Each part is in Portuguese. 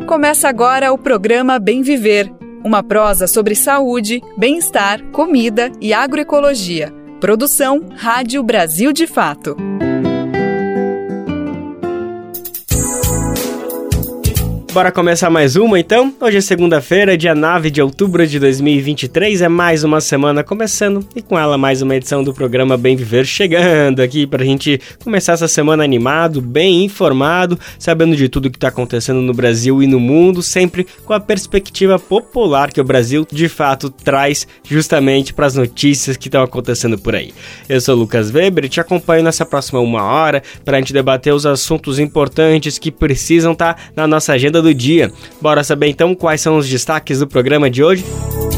Começa agora o programa Bem Viver, uma prosa sobre saúde, bem-estar, comida e agroecologia. Produção Rádio Brasil de Fato. Bora começar mais uma, então? Hoje é segunda-feira, dia 9 de outubro de 2023, é mais uma semana começando e com ela mais uma edição do programa Bem Viver chegando aqui pra gente começar essa semana animado, bem informado, sabendo de tudo que tá acontecendo no Brasil e no mundo, sempre com a perspectiva popular que o Brasil de fato traz justamente para as notícias que estão acontecendo por aí. Eu sou o Lucas Weber e te acompanho nessa próxima uma hora pra gente debater os assuntos importantes que precisam estar na nossa agenda do dia. Bora saber então quais são os destaques do programa de hoje?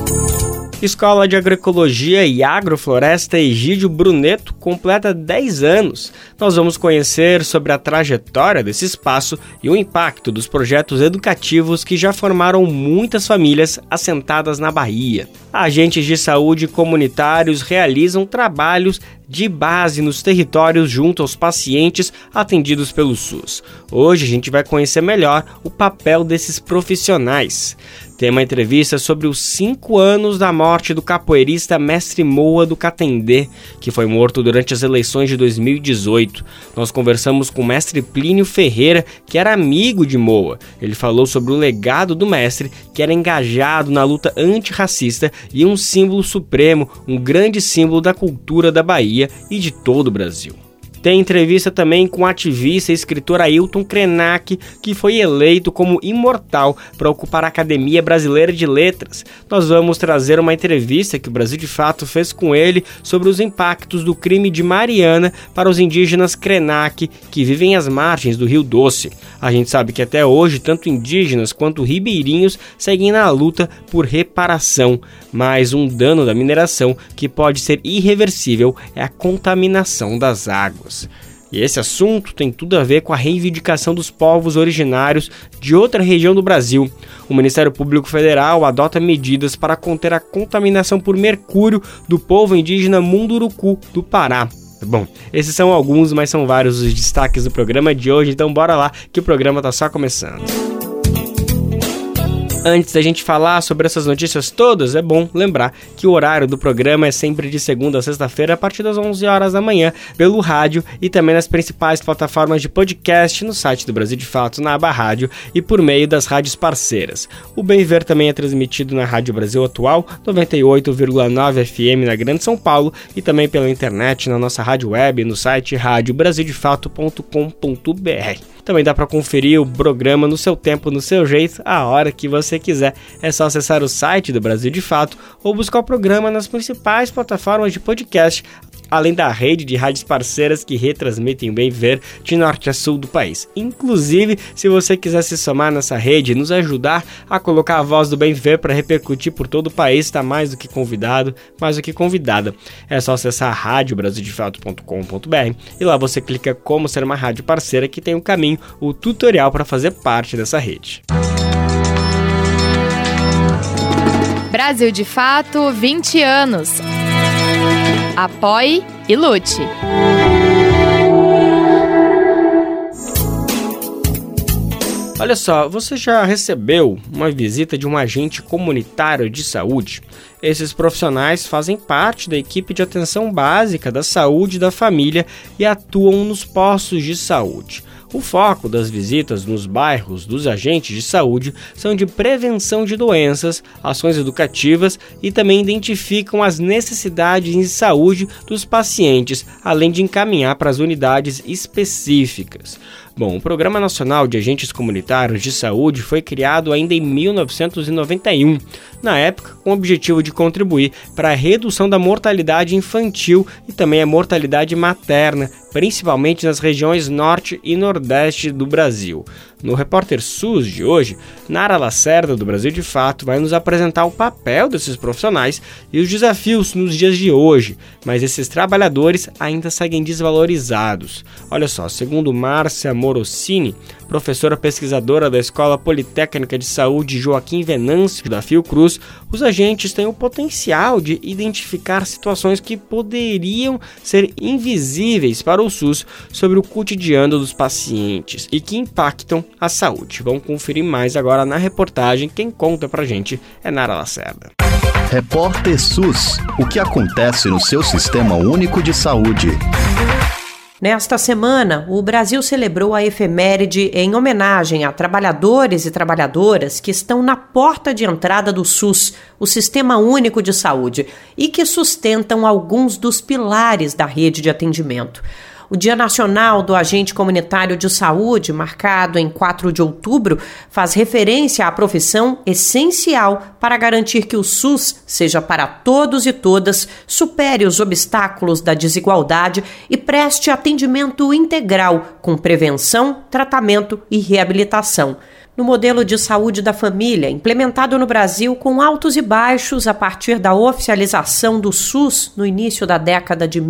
Escola de Agroecologia e Agrofloresta Egídio Bruneto completa 10 anos. Nós vamos conhecer sobre a trajetória desse espaço e o impacto dos projetos educativos que já formaram muitas famílias assentadas na Bahia. Agentes de saúde comunitários realizam trabalhos de base nos territórios junto aos pacientes atendidos pelo SUS. Hoje a gente vai conhecer melhor o papel desses profissionais. Tem uma entrevista sobre os 5 anos da morte do capoeirista Mestre Moa do Catendê, que foi morto durante as eleições de 2018. Nós conversamos com o mestre Plínio Ferreira, que era amigo de Moa. Ele falou sobre o legado do mestre, que era engajado na luta antirracista e um símbolo supremo, um grande símbolo da cultura da Bahia e de todo o Brasil. Tem entrevista também com o ativista e escritor Ailton Krenak, que foi eleito como imortal para ocupar a Academia Brasileira de Letras. Nós vamos trazer uma entrevista que o Brasil de Fato fez com ele sobre os impactos do crime de Mariana para os indígenas Krenak, que vivem às margens do Rio Doce. A gente sabe que até hoje, tanto indígenas quanto ribeirinhos seguem na luta por reparação, mas um dano da mineração que pode ser irreversível é a contaminação das águas. E esse assunto tem tudo a ver com a reivindicação dos povos originários de outra região do Brasil. O Ministério Público Federal adota medidas para conter a contaminação por mercúrio do povo indígena Munduruku, do Pará. Bom, esses são alguns, mas são vários os destaques do programa de hoje, então bora lá que o programa tá só começando. Antes da gente falar sobre essas notícias todas, é bom lembrar que o horário do programa é sempre de segunda a sexta-feira a partir das 11 horas da manhã, pelo rádio e também nas principais plataformas de podcast, no site do Brasil de Fato, na aba rádio e por meio das rádios parceiras. O Bem Ver também é transmitido na Rádio Brasil Atual, 98,9 FM na Grande São Paulo e também pela internet na nossa rádio web no site radiobrasildefato.com.br. Também dá para conferir o programa no seu tempo, no seu jeito, a hora que você quiser. É só acessar o site do Brasil de Fato ou buscar o programa nas principais plataformas de podcast, além da rede de rádios parceiras que retransmitem o Bem Ver de norte a sul do país. Inclusive, se você quiser se somar nessa rede e nos ajudar a colocar a voz do Bem Ver para repercutir por todo o país, está mais do que convidado, mais do que convidada. É só acessar radiobrasildefato.com.br e lá você clica como ser uma rádio parceira, que tem o caminho, o tutorial para fazer parte dessa rede. Brasil de Fato, 20 anos. Apoie e lute. Olha só, você já recebeu uma visita de um agente comunitário de saúde? Esses profissionais fazem parte da equipe de atenção básica da saúde da família e atuam nos postos de saúde. O foco das visitas nos bairros dos agentes de saúde são de prevenção de doenças, ações educativas e também identificam as necessidades de saúde dos pacientes, além de encaminhar para as unidades específicas. Bom, o Programa Nacional de Agentes Comunitários de Saúde foi criado ainda em 1991, na época com o objetivo de contribuir para a redução da mortalidade infantil e também a mortalidade materna, principalmente nas regiões norte e nordeste do Brasil. No Repórter SUS de hoje, Nara Lacerda, do Brasil de Fato, vai nos apresentar o papel desses profissionais e os desafios nos dias de hoje, mas esses trabalhadores ainda seguem desvalorizados. Olha só, segundo Márcia Morosini, professora pesquisadora da Escola Politécnica de Saúde Joaquim Venâncio, da Fiocruz, os agentes têm o potencial de identificar situações que poderiam ser invisíveis para o SUS sobre o cotidiano dos pacientes e que impactam à saúde. Vamos conferir mais agora na reportagem. Quem conta pra gente é Nara Lacerda. Repórter SUS. O que acontece no seu Sistema Único de Saúde? Nesta semana, o Brasil celebrou a efeméride em homenagem a trabalhadores e trabalhadoras que estão na porta de entrada do SUS, o Sistema Único de Saúde, e que sustentam alguns dos pilares da rede de atendimento. O Dia Nacional do Agente Comunitário de Saúde, marcado em 4 de outubro, faz referência à profissão essencial para garantir que o SUS seja para todos e todas, supere os obstáculos da desigualdade e preste atendimento integral, com prevenção, tratamento e reabilitação. No modelo de saúde da família, implementado no Brasil com altos e baixos a partir da oficialização do SUS no início da década de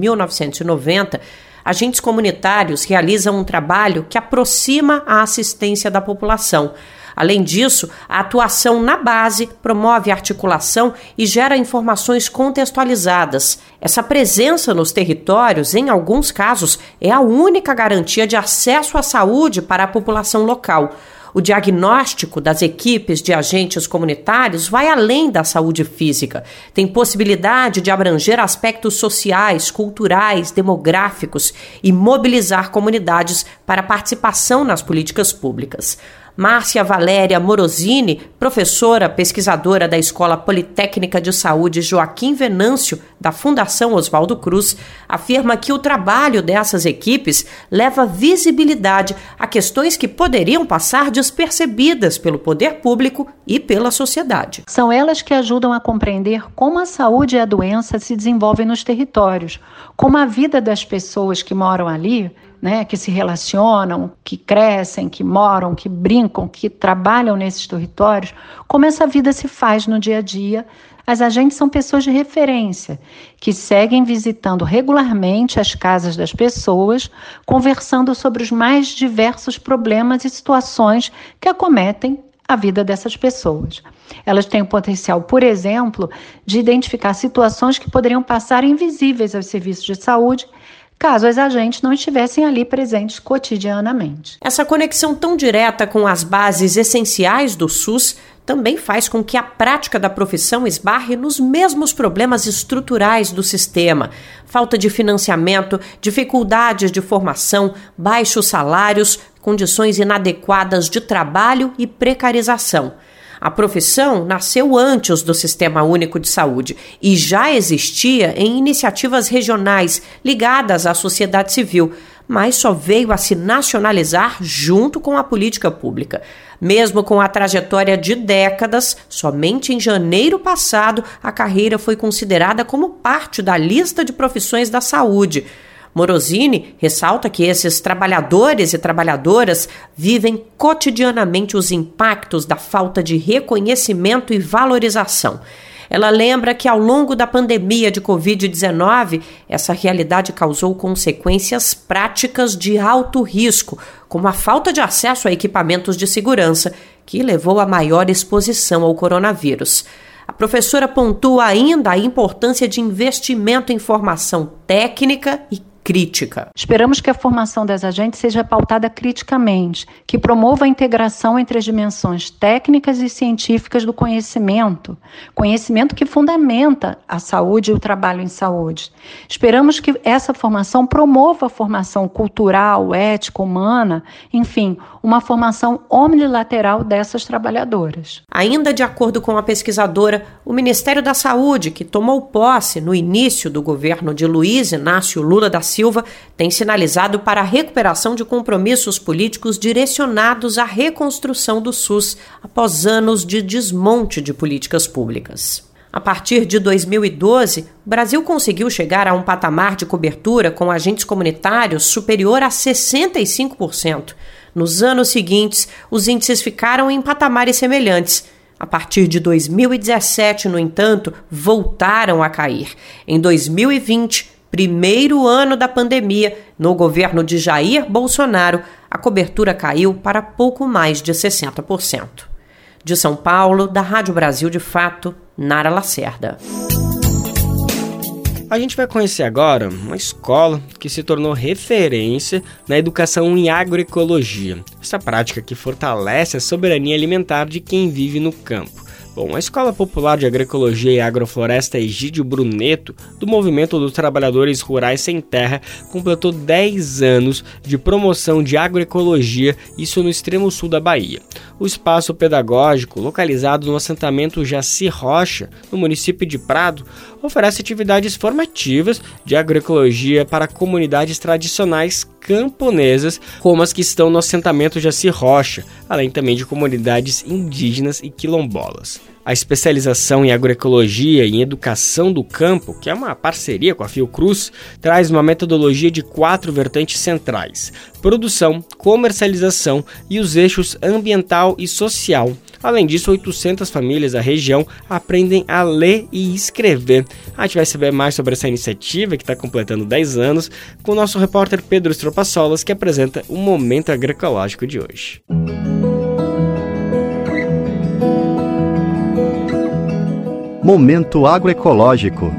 1990, agentes comunitários realizam um trabalho que aproxima a assistência da população. Além disso, a atuação na base promove a articulação e gera informações contextualizadas. Essa presença nos territórios, em alguns casos, é a única garantia de acesso à saúde para a população local. O diagnóstico das equipes de agentes comunitários vai além da saúde física. Tem possibilidade de abranger aspectos sociais, culturais, demográficos e mobilizar comunidades para participação nas políticas públicas. Márcia Valéria Morosini, professora pesquisadora da Escola Politécnica de Saúde Joaquim Venâncio, da Fundação Oswaldo Cruz, afirma que o trabalho dessas equipes leva visibilidade a questões que poderiam passar despercebidas pelo poder público e pela sociedade. São elas que ajudam a compreender como a saúde e a doença se desenvolvem nos territórios, como a vida das pessoas que moram ali, que se relacionam, que crescem, que moram, que brincam, que trabalham nesses territórios, como essa vida se faz no dia a dia. As agentes são pessoas de referência, que seguem visitando regularmente as casas das pessoas, conversando sobre os mais diversos problemas e situações que acometem a vida dessas pessoas. Elas têm o potencial, por exemplo, de identificar situações que poderiam passar invisíveis aos serviços de saúde, caso as agentes não estivessem ali presentes cotidianamente. Essa conexão tão direta com as bases essenciais do SUS também faz com que a prática da profissão esbarre nos mesmos problemas estruturais do sistema: falta de financiamento, dificuldades de formação, baixos salários, condições inadequadas de trabalho e precarização. A profissão nasceu antes do Sistema Único de Saúde e já existia em iniciativas regionais ligadas à sociedade civil, mas só veio a se nacionalizar junto com a política pública. Mesmo com a trajetória de décadas, somente em janeiro passado a carreira foi considerada como parte da lista de profissões da saúde. Morosini ressalta que esses trabalhadores e trabalhadoras vivem cotidianamente os impactos da falta de reconhecimento e valorização. Ela lembra que ao longo da pandemia de Covid-19, essa realidade causou consequências práticas de alto risco, como a falta de acesso a equipamentos de segurança, que levou a maior exposição ao coronavírus. A professora pontua ainda a importância de investimento em formação técnica e crítica. Esperamos que a formação das agentes seja pautada criticamente, que promova a integração entre as dimensões técnicas e científicas do conhecimento que fundamenta a saúde e o trabalho em saúde. Esperamos que essa formação promova a formação cultural, ética, humana, enfim, uma formação omnilateral dessas trabalhadoras. Ainda de acordo com a pesquisadora, o Ministério da Saúde, que tomou posse no início do governo de Luiz Inácio Lula da Silva, tem sinalizado para a recuperação de compromissos políticos direcionados à reconstrução do SUS após anos de desmonte de políticas públicas. A partir de 2012, o Brasil conseguiu chegar a um patamar de cobertura com agentes comunitários superior a 65%. Nos anos seguintes, os índices ficaram em patamares semelhantes. A partir de 2017, no entanto, voltaram a cair. Em 2020, primeiro ano da pandemia, no governo de Jair Bolsonaro, a cobertura caiu para pouco mais de 60%. De São Paulo, da Rádio Brasil de Fato, Nara Lacerda. A gente vai conhecer agora uma escola que se tornou referência na educação em agroecologia, essa prática que fortalece a soberania alimentar de quem vive no campo. Bom, a Escola Popular de Agroecologia e Agrofloresta Egídio Bruneto, do Movimento dos Trabalhadores Rurais Sem Terra, completou 10 anos de promoção de agroecologia, isso no extremo sul da Bahia. O espaço pedagógico, localizado no assentamento Jaci Rocha, no município de Prado, oferece atividades formativas de agroecologia para comunidades tradicionais camponesas, como as que estão no assentamento Jaci Rocha, além também de comunidades indígenas e quilombolas. A especialização em agroecologia e em educação do campo, que é uma parceria com a Fiocruz, traz uma metodologia de 4 vertentes centrais: produção, comercialização e os eixos ambiental e social. Além disso, 800 famílias da região aprendem a ler e escrever. A gente vai saber mais sobre essa iniciativa, que está completando 10 anos, com o nosso repórter Pedro Estropaçolas, que apresenta o Momento Agroecológico de hoje. Momento Agroecológico.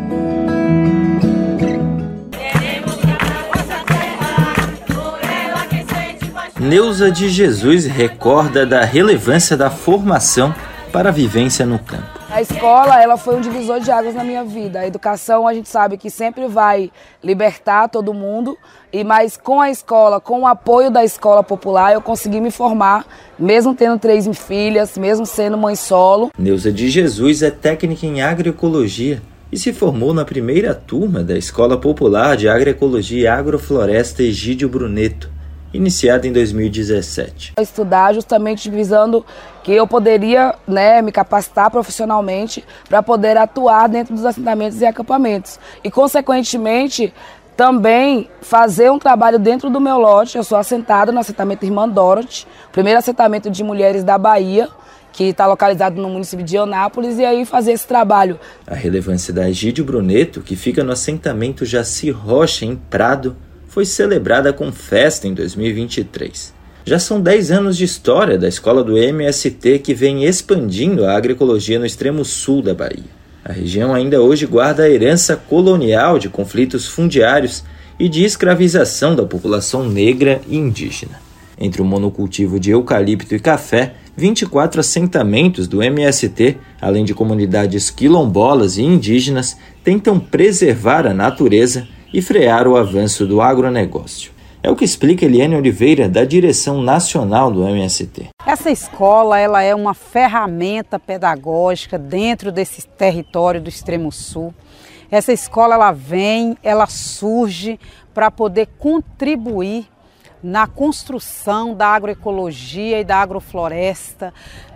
Neuza de Jesus recorda da relevância da formação para a vivência no campo. A escola, ela foi um divisor de águas na minha vida. A educação, a gente sabe que sempre vai libertar todo mundo, mas com a escola, com o apoio da escola popular, eu consegui me formar, mesmo tendo 3 filhas, mesmo sendo mãe solo. Neuza de Jesus é técnica em agroecologia e se formou na primeira turma da Escola Popular de Agroecologia e Agrofloresta Egídio Bruneto, iniciada em 2017. Estudar justamente visando que eu poderia, me capacitar profissionalmente para poder atuar dentro dos assentamentos e acampamentos. E, consequentemente, também fazer um trabalho dentro do meu lote. Eu sou assentada no assentamento Irmã Dorothy, primeiro assentamento de mulheres da Bahia, que está localizado no município de Eunápolis, e aí fazer esse trabalho. A relevância da Egídio Bruneto, que fica no assentamento Jaci Rocha, em Prado, foi celebrada com festa em 2023. Já são 10 anos de história da escola do MST, que vem expandindo a agroecologia no extremo sul da Bahia. A região ainda hoje guarda a herança colonial de conflitos fundiários e de escravização da população negra e indígena. Entre o monocultivo de eucalipto e café, 24 assentamentos do MST, além de comunidades quilombolas e indígenas, tentam preservar a natureza e frear o avanço do agronegócio. É o que explica Eliane Oliveira, da direção nacional do MST. Essa escola, ela é uma ferramenta pedagógica dentro desse território do extremo sul. Essa escola, ela surge para poder contribuir na construção da agroecologia e da agrofloresta,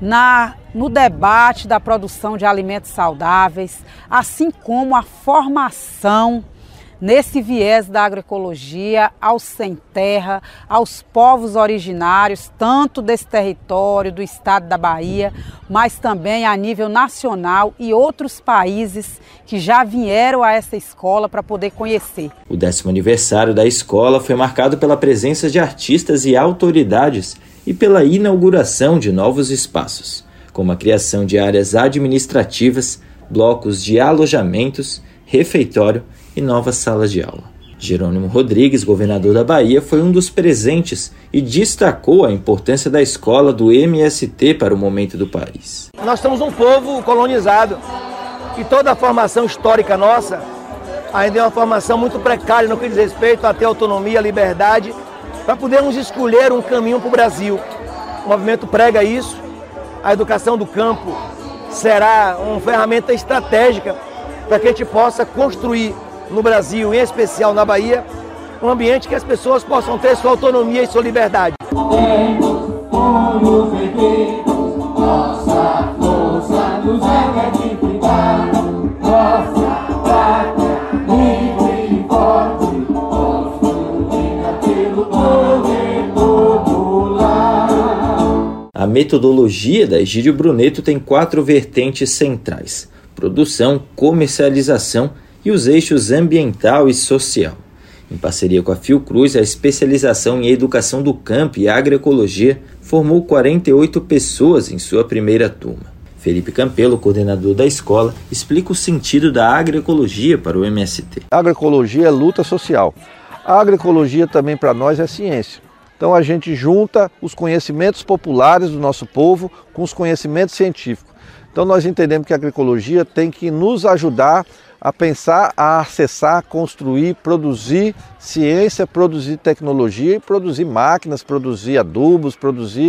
no debate da produção de alimentos saudáveis, assim como a formação nesse viés da agroecologia aos sem terra, aos povos originários, tanto desse território do estado da Bahia, mas também a nível nacional e outros países que já vieram a essa escola para poder conhecer. O 10º aniversário da escola foi marcado pela presença de artistas e autoridades e pela inauguração de novos espaços, como a criação de áreas administrativas, blocos de alojamentos, refeitório e novas salas de aula. Jerônimo Rodrigues, governador da Bahia, foi um dos presentes e destacou a importância da escola do MST para o momento do país. Nós somos um povo colonizado e toda a formação histórica nossa ainda é uma formação muito precária no que diz respeito a ter autonomia, liberdade, para podermos escolher um caminho para o Brasil. O movimento prega isso. A educação do campo será uma ferramenta estratégica para que a gente possa construir no Brasil, em especial na Bahia, um ambiente que as pessoas possam ter sua autonomia e sua liberdade. A metodologia da Egídio Bruneto tem 4 vertentes centrais: produção, comercialização e os eixos ambiental e social. Em parceria com a Fiocruz, a especialização em educação do campo e agroecologia formou 48 pessoas em sua primeira turma. Felipe Campelo, coordenador da escola, explica o sentido da agroecologia para o MST. A agroecologia é luta social. A agroecologia também para nós é ciência. Então a gente junta os conhecimentos populares do nosso povo com os conhecimentos científicos. Então nós entendemos que a agroecologia tem que nos ajudar a pensar, a acessar, construir, produzir ciência, produzir tecnologia, produzir máquinas, produzir adubos, produzir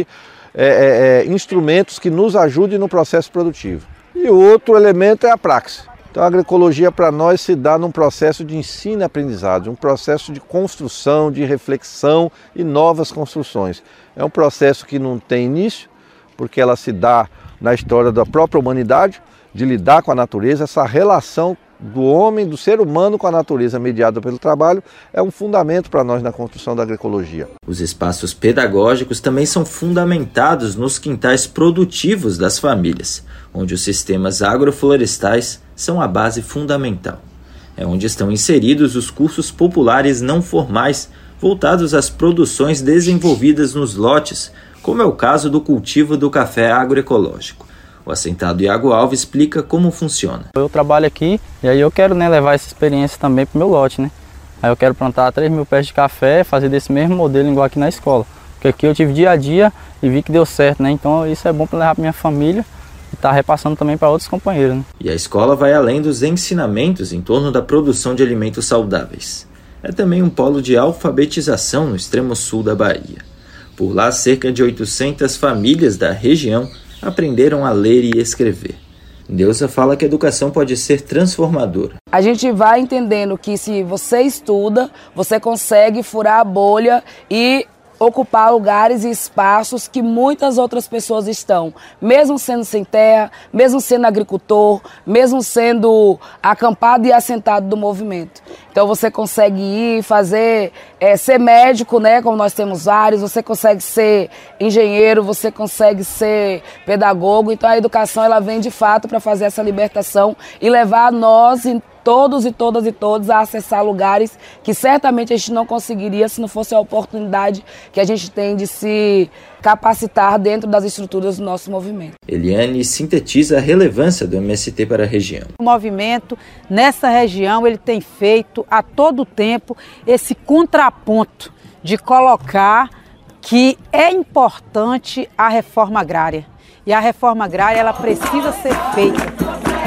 instrumentos que nos ajudem no processo produtivo. E o outro elemento é a praxe. Então a agroecologia para nós se dá num processo de ensino e aprendizado, um processo de construção, de reflexão e novas construções. É um processo que não tem início, porque ela se dá na história da própria humanidade, de lidar com a natureza. Essa relação do homem, do ser humano com a natureza mediada pelo trabalho, é um fundamento para nós na construção da agroecologia. Os espaços pedagógicos também são fundamentados nos quintais produtivos das famílias, onde os sistemas agroflorestais são a base fundamental. É onde estão inseridos os cursos populares não formais, voltados às produções desenvolvidas nos lotes, como é o caso do cultivo do café agroecológico. O assentado Iago Alves explica como funciona. Eu trabalho aqui e aí eu quero levar essa experiência também para o meu lote. Aí eu quero plantar 3.000 pés de café, fazer desse mesmo modelo igual aqui na escola. Porque aqui eu tive dia a dia e vi que deu certo, Então isso é bom para levar para minha família e estar repassando também para outros companheiros. E a escola vai além dos ensinamentos em torno da produção de alimentos saudáveis. É também um polo de alfabetização no extremo sul da Bahia. Por lá, cerca de 800 famílias da região aprenderam a ler e escrever. Deusa fala que a educação pode ser transformadora. A gente vai entendendo que se você estuda, você consegue furar a bolha e ocupar lugares e espaços que muitas outras pessoas estão, mesmo sendo sem terra, mesmo sendo agricultor, mesmo sendo acampado e assentado do movimento. Então você consegue ir fazer, ser médico, como nós temos vários, você consegue ser engenheiro, você consegue ser pedagogo. Então a educação ela vem de fato para fazer essa libertação e levar nós todos e todas e todos a acessar lugares que certamente a gente não conseguiria se não fosse a oportunidade que a gente tem de se capacitar dentro das estruturas do nosso movimento. Eliane sintetiza a relevância do MST para a região. O movimento nessa região ele tem feito a todo tempo esse contraponto de colocar que é importante a reforma agrária. E a reforma agrária ela precisa ser feita.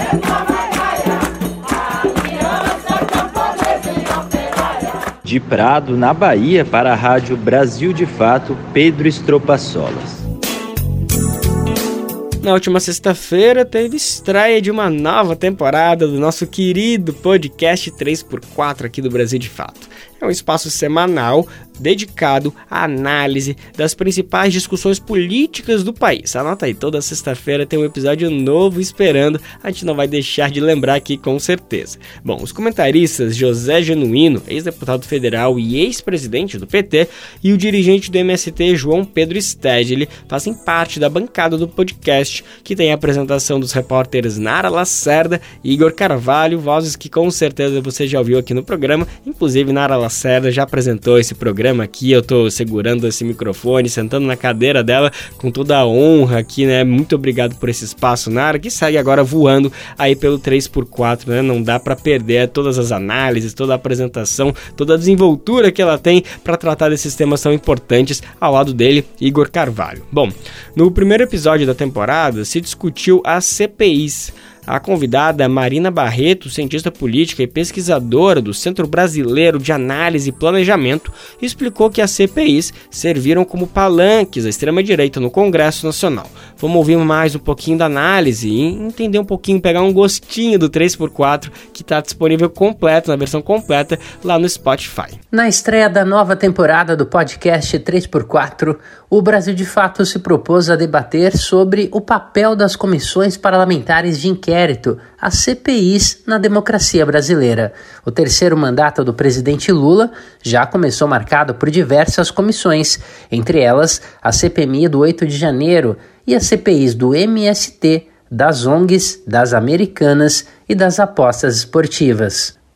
De Prado, na Bahia, para a Rádio Brasil de Fato, Pedro Estropaçolas. Na última sexta-feira teve estreia de uma nova temporada do nosso querido podcast 3x4 aqui do Brasil de Fato. É um espaço semanal dedicado à análise das principais discussões políticas do país. Anota aí, toda sexta-feira tem um episódio novo esperando, a gente não vai deixar de lembrar aqui com certeza. Bom, os comentaristas José Genuíno, ex-deputado federal e ex-presidente do PT, e o dirigente do MST João Pedro Stedley fazem parte da bancada do podcast, que tem a apresentação dos repórteres Nara Lacerda e Igor Carvalho, vozes que com certeza você já ouviu aqui no programa, inclusive Nara Lacerda já apresentou esse programa aqui, eu tô segurando esse microfone, sentando na cadeira dela com toda a honra aqui, Muito obrigado por esse espaço, Nara, que segue agora voando aí pelo 3x4, Não dá pra perder todas as análises, toda a apresentação, toda a desenvoltura que ela tem para tratar desses temas tão importantes ao lado dele, Igor Carvalho. Bom, no primeiro episódio da temporada se discutiu as CPIs. A convidada Marina Barreto, cientista política e pesquisadora do Centro Brasileiro de Análise e Planejamento, explicou que as CPIs serviram como palanques à extrema-direita no Congresso Nacional. Vamos ouvir mais um pouquinho da análise e entender um pouquinho, pegar um gostinho do 3x4 que está disponível completo, na versão completa, lá no Spotify. Na estreia da nova temporada do podcast 3x4, o Brasil de Fato se propôs a debater sobre o papel das comissões parlamentares de inquérito, as CPIs, na democracia brasileira. O terceiro mandato do presidente Lula já começou marcado por diversas comissões, entre elas a CPMI do 8 de janeiro e as CPIs do MST, das ONGs, das Americanas e das apostas esportivas.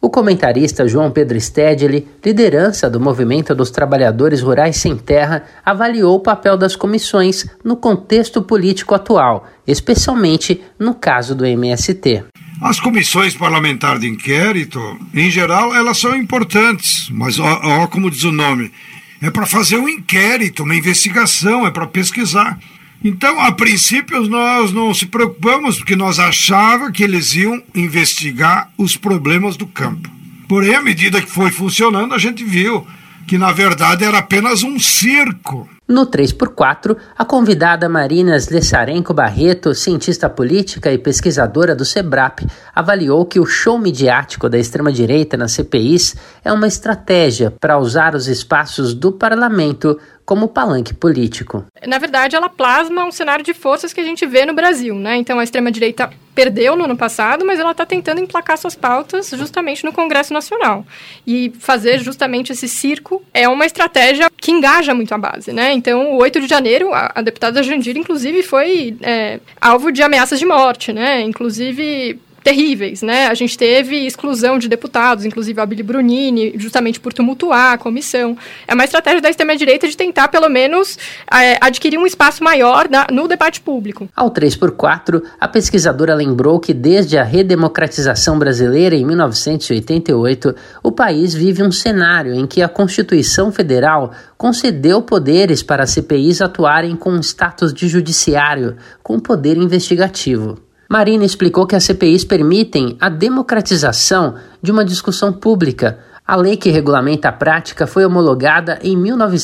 O comentarista João Pedro Stedley, liderança do Movimento dos Trabalhadores Rurais Sem Terra, avaliou o papel das comissões no contexto político atual, especialmente no caso do MST. As comissões parlamentares de inquérito, em geral, elas são importantes, mas como diz o nome, é para fazer um inquérito, uma investigação, é para pesquisar. Então, a princípio, nós não se preocupamos, porque nós achávamos que eles iam investigar os problemas do campo. Porém, à medida que foi funcionando, a gente viu que, na verdade, era apenas um circo. No 3x4, a convidada Marina Slessarenko Barreto, cientista política e pesquisadora do SEBRAP, avaliou que o show midiático da extrema-direita nas CPIs é uma estratégia para usar os espaços do parlamento como palanque político. Na verdade, ela plasma um cenário de forças que a gente vê no Brasil, né? Então, a extrema-direita perdeu no ano passado, mas ela está tentando emplacar suas pautas justamente no Congresso Nacional. E fazer justamente esse circo é uma estratégia que engaja muito a base, né? Então, o 8 de janeiro, a deputada Jandira, inclusive, foi alvo de ameaças de morte, né? Inclusive terríveis, né? A gente teve exclusão de deputados, inclusive a Billy Brunini, justamente por tumultuar a comissão. É uma estratégia da extrema-direita de tentar, pelo menos, adquirir um espaço maior no debate público. Ao 3x4, a pesquisadora lembrou que desde a redemocratização brasileira em 1988, o país vive um cenário em que a Constituição Federal concedeu poderes para as CPIs atuarem com status de judiciário, com poder investigativo. Marina explicou que as CPIs permitem a democratização de uma discussão pública. A lei que regulamenta a prática foi homologada em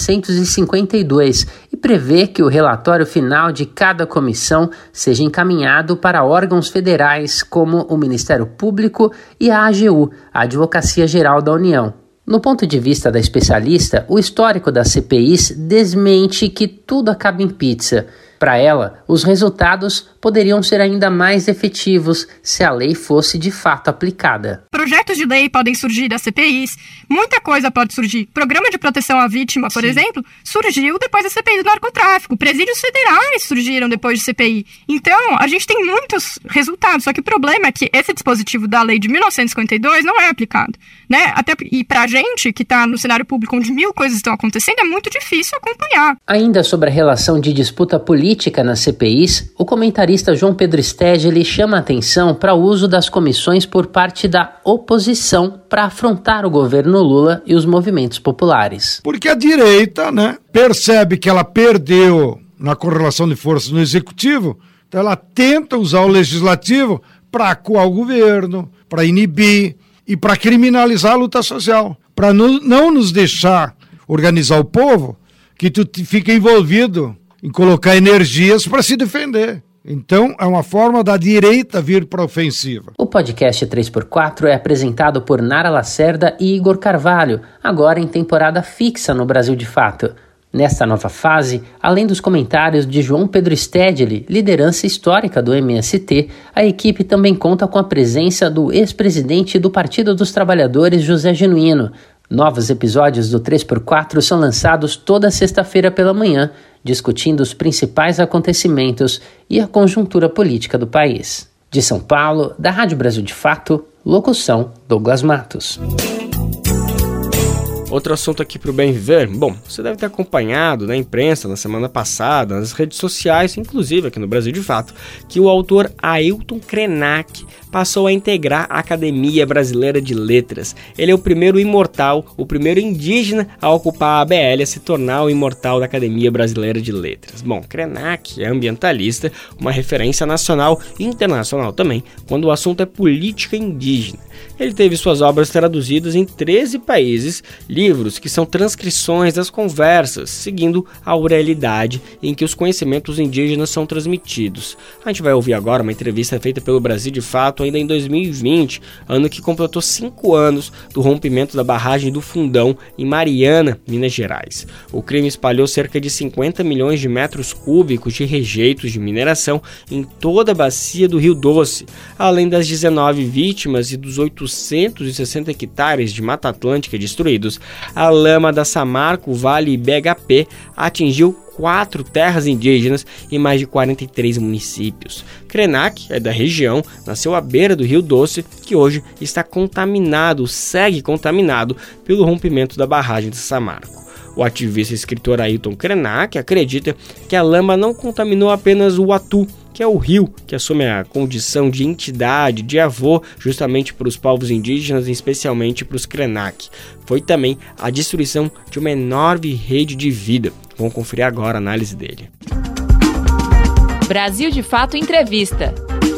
1952 e prevê que o relatório final de cada comissão seja encaminhado para órgãos federais como o Ministério Público e a AGU, a Advocacia Geral da União. No ponto de vista da especialista, o histórico das CPIs desmente que tudo acaba em pizza. Para ela, os resultados poderiam ser ainda mais efetivos se a lei fosse de fato aplicada. Projetos de lei podem surgir das CPIs, muita coisa pode surgir. Programa de proteção à vítima, por exemplo, surgiu depois da CPI do narcotráfico. Presídios federais surgiram depois de CPI. Então, a gente tem muitos resultados, só que o problema é que esse dispositivo da lei de 1952 não é aplicado, né? E pra gente, que está no cenário público onde mil coisas estão acontecendo, é muito difícil acompanhar. Ainda sobre a relação de disputa política nas CPIs, o comentarista João Pedro Stedley chama a atenção para o uso das comissões por parte da oposição para afrontar o governo Lula e os movimentos populares. Porque a direita, percebe que ela perdeu na correlação de forças no executivo, então ela tenta usar o legislativo para acuar o governo, para inibir e para criminalizar a luta social, para não nos deixar organizar o povo, que tu fica envolvido em colocar energias para se defender. Então, é uma forma da direita vir para a ofensiva. O podcast 3x4 é apresentado por Nara Lacerda e Igor Carvalho, agora em temporada fixa no Brasil de Fato. Nesta nova fase, além dos comentários de João Pedro Stedley, liderança histórica do MST, a equipe também conta com a presença do ex-presidente do Partido dos Trabalhadores, José Genuíno. Novos episódios do 3x4 são lançados toda sexta-feira pela manhã, discutindo os principais acontecimentos e a conjuntura política do país. De São Paulo, da Rádio Brasil de Fato, locução Douglas Matos. Outro assunto aqui para o Bem Viver. Bom, você deve ter acompanhado na imprensa na semana passada, nas redes sociais, inclusive aqui no Brasil de Fato, que o autor Ailton Krenak passou a integrar a Academia Brasileira de Letras. Ele é o primeiro imortal, o primeiro indígena a ocupar a ABL, a se tornar o imortal da Academia Brasileira de Letras. Bom, Krenak é ambientalista, uma referência nacional e internacional também, quando o assunto é política indígena. Ele teve suas obras traduzidas em 13 países, livros que são transcrições das conversas, seguindo a oralidade em que os conhecimentos indígenas são transmitidos. A gente vai ouvir agora uma entrevista feita pelo Brasil de Fato ainda em 2020, ano que completou 5 anos do rompimento da barragem do Fundão em Mariana, Minas Gerais. O crime espalhou cerca de 50 milhões de metros cúbicos de rejeitos de mineração em toda a bacia do Rio Doce, além das 19 vítimas e dos 860 hectares de Mata Atlântica destruídos. A lama da Samarco, Vale e BHP atingiu 4 terras indígenas e mais de 43 municípios. Krenak é da região, nasceu à beira do Rio Doce, que hoje está segue contaminado pelo rompimento da barragem de Samarco. O ativista e escritor Ailton Krenak acredita que a lama não contaminou apenas o Uatu, que é o rio que assume a condição de entidade, de avô, justamente para os povos indígenas, e especialmente para os Krenak. Foi também a destruição de uma enorme rede de vida. Vamos conferir agora a análise dele. Brasil de Fato Entrevista.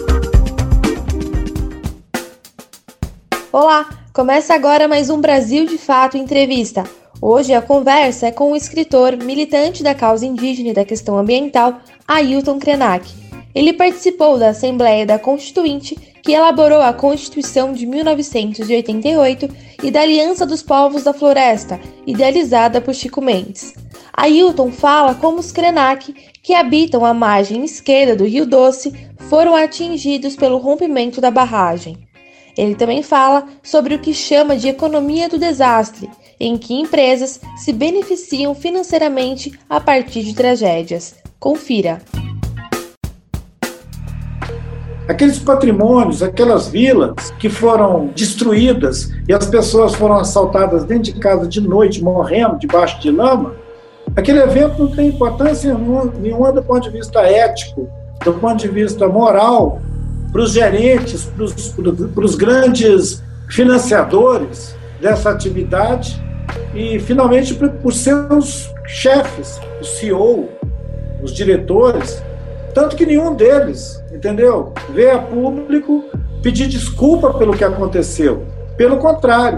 Olá, começa agora mais um Brasil de Fato Entrevista. Hoje a conversa é com o escritor, militante da causa indígena e da questão ambiental, Ailton Krenak. Ele participou da Assembleia da Constituinte, que elaborou a Constituição de 1988 e da Aliança dos Povos da Floresta, idealizada por Chico Mendes. Ailton fala como os Krenak, que habitam a margem esquerda do Rio Doce, foram atingidos pelo rompimento da barragem. Ele também fala sobre o que chama de economia do desastre, em que empresas se beneficiam financeiramente a partir de tragédias. Confira. Aqueles patrimônios, aquelas vilas que foram destruídas e as pessoas foram assaltadas dentro de casa de noite, morrendo debaixo de lama, aquele evento não tem importância nenhuma do ponto de vista ético, do ponto de vista moral, para os gerentes, para os grandes financiadores dessa atividade e, finalmente, para os seus chefes, o CEO, os diretores, tanto que nenhum deles, entendeu, veio a público pedir desculpa pelo que aconteceu. Pelo contrário.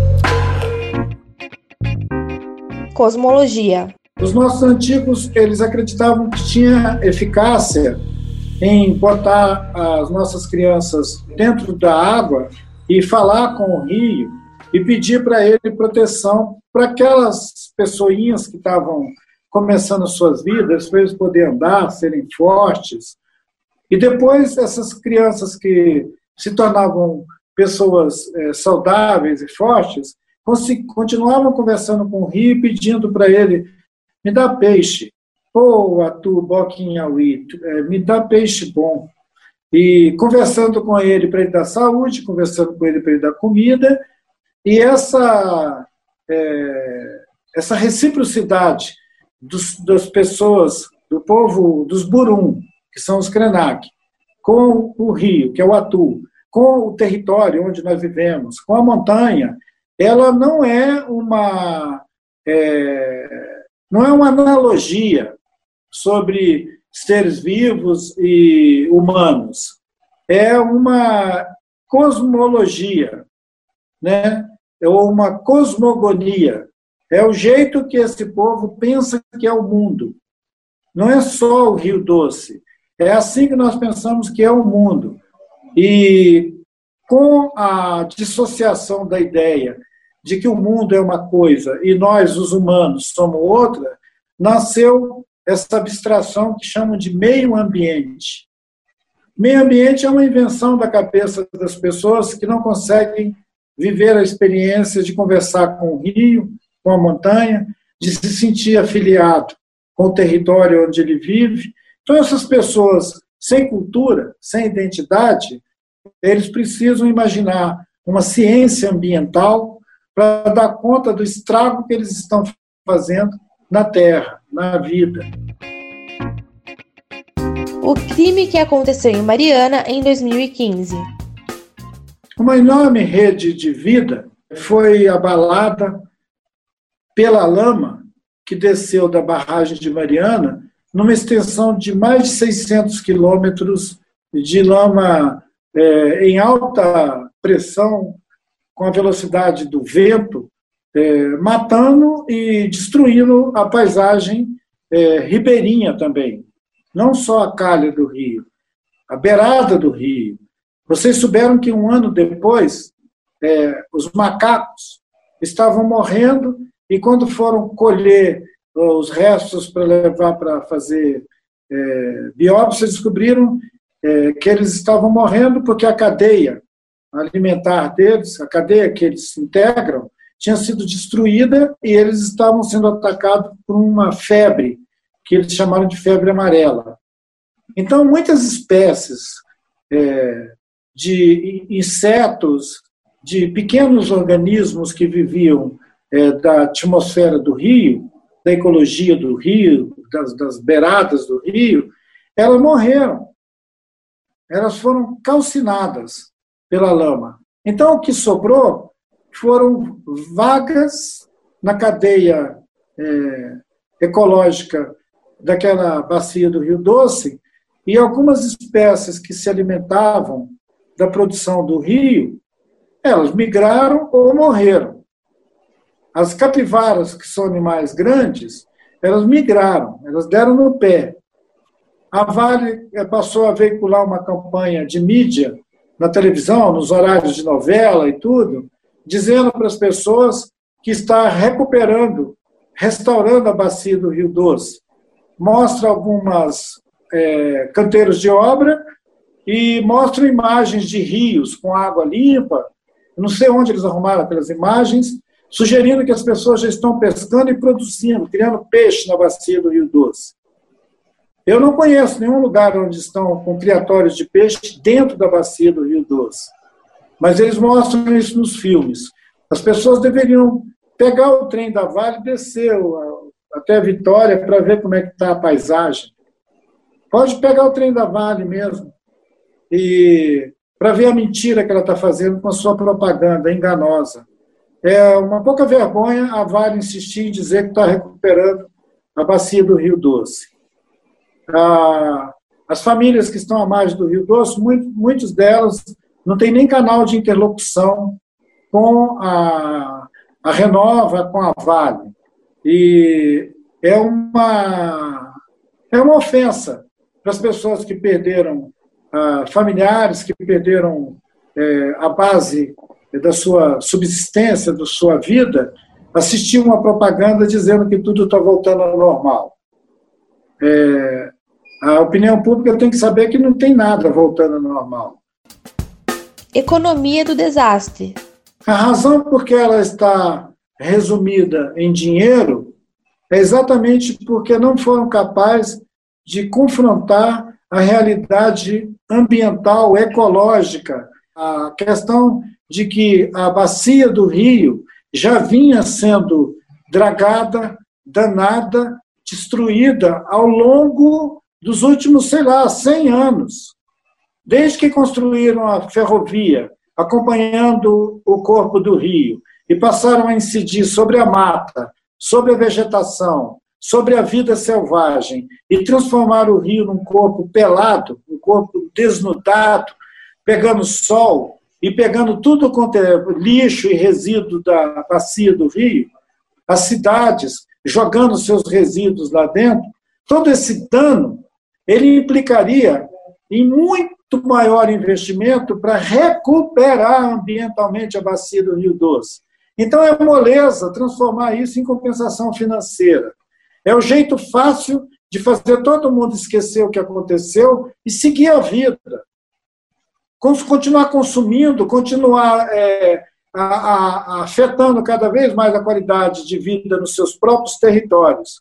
Cosmologia. Os nossos antigos, eles acreditavam que tinha eficácia em botar as nossas crianças dentro da água e falar com o rio e pedir para ele proteção para aquelas pessoinhas que estavam começando suas vidas, para eles poderem andar, serem fortes. E depois essas crianças que se tornavam pessoas saudáveis e fortes, continuavam conversando com o rio e pedindo para ele, me dá peixe. Pô, Atu, Boquinhauí, me dá peixe bom. E conversando com ele para ele dar saúde, conversando com ele para ele dar comida, e essa reciprocidade das pessoas, do povo dos Burum, que são os Krenak, com o rio, que é o Atu, com o território onde nós vivemos, com a montanha, ela não é uma analogia sobre seres vivos e humanos. É uma cosmologia, né? Ou uma cosmogonia. É o jeito que esse povo pensa que é o mundo. Não é só o Rio Doce. É assim que nós pensamos que é o mundo. E com a dissociação da ideia de que o mundo é uma coisa e nós, os humanos, somos outra, nasceu essa abstração que chamam de meio ambiente. Meio ambiente é uma invenção da cabeça das pessoas que não conseguem viver a experiência de conversar com o rio, com a montanha, de se sentir afiliado com o território onde ele vive. Então, essas pessoas sem cultura, sem identidade, eles precisam imaginar uma ciência ambiental para dar conta do estrago que eles estão fazendo na Terra, na vida. O crime que aconteceu em Mariana em 2015. Uma enorme rede de vida foi abalada pela lama que desceu da barragem de Mariana, numa extensão de mais de 600 quilômetros de lama em alta pressão, com a velocidade do vento, matando e destruindo a paisagem ribeirinha também. Não só a calha do rio, a beirada do rio. Vocês souberam que um ano depois, os macacos estavam morrendo e quando foram colher os restos para levar para fazer biópsia, descobriram que eles estavam morrendo porque a cadeia alimentar deles, a cadeia que eles integram, tinha sido destruída e eles estavam sendo atacados por uma febre que eles chamaram de febre amarela. Então, muitas espécies de insetos, de pequenos organismos que viviam da atmosfera do rio, da ecologia do rio, das beiradas do rio, elas morreram. Elas foram calcinadas pela lama. Então, o que sobrou foram vagas na cadeia ecológica daquela bacia do Rio Doce, e algumas espécies que se alimentavam da produção do rio, elas migraram ou morreram. As capivaras, que são animais grandes, elas migraram, elas deram no pé. A Vale passou a veicular uma campanha de mídia na televisão, nos horários de novela e tudo, dizendo para as pessoas que está recuperando, restaurando a bacia do Rio Doce. Mostra algumas canteiros de obra e mostra imagens de rios com água limpa. Eu não sei onde eles arrumaram aquelas imagens, sugerindo que as pessoas já estão pescando e produzindo, criando peixe na bacia do Rio Doce. Eu não conheço nenhum lugar onde estão com criatórios de peixe dentro da bacia do Rio Doce, mas eles mostram isso nos filmes. As pessoas deveriam pegar o trem da Vale e descer até Vitória para ver como é que está a paisagem. Pode pegar o trem da Vale mesmo e para ver a mentira que ela está fazendo com a sua propaganda enganosa. É uma pouca vergonha a Vale insistir em dizer que está recuperando a bacia do Rio Doce. As famílias que estão à margem do Rio Doce, muitas delas não têm nem canal de interlocução com a Renova, com a Vale. E é uma ofensa para as pessoas que perderam familiares, que perderam a base da sua subsistência, da sua vida, assistir uma propaganda dizendo que tudo está voltando ao normal. A opinião pública tem que saber que não tem nada voltando ao normal. Economia do desastre. A razão por que ela está resumida em dinheiro é exatamente porque não foram capazes de confrontar a realidade ambiental, ecológica, a questão de que a bacia do rio já vinha sendo dragada, danada, destruída ao longo dos últimos, 100 anos. Desde que construíram a ferrovia, acompanhando o corpo do rio, e passaram a incidir sobre a mata, sobre a vegetação, sobre a vida selvagem, e transformaram o rio num corpo pelado, um corpo desnudado, pegando sol e pegando tudo quanto é lixo e resíduo da bacia do rio, as cidades jogando seus resíduos lá dentro, todo esse dano, ele implicaria em muito maior investimento para recuperar ambientalmente a bacia do Rio Doce. Então é moleza transformar isso em compensação financeira. É o jeito fácil de fazer todo mundo esquecer o que aconteceu e seguir a vida. Continuar consumindo, continuar afetando cada vez mais a qualidade de vida nos seus próprios territórios.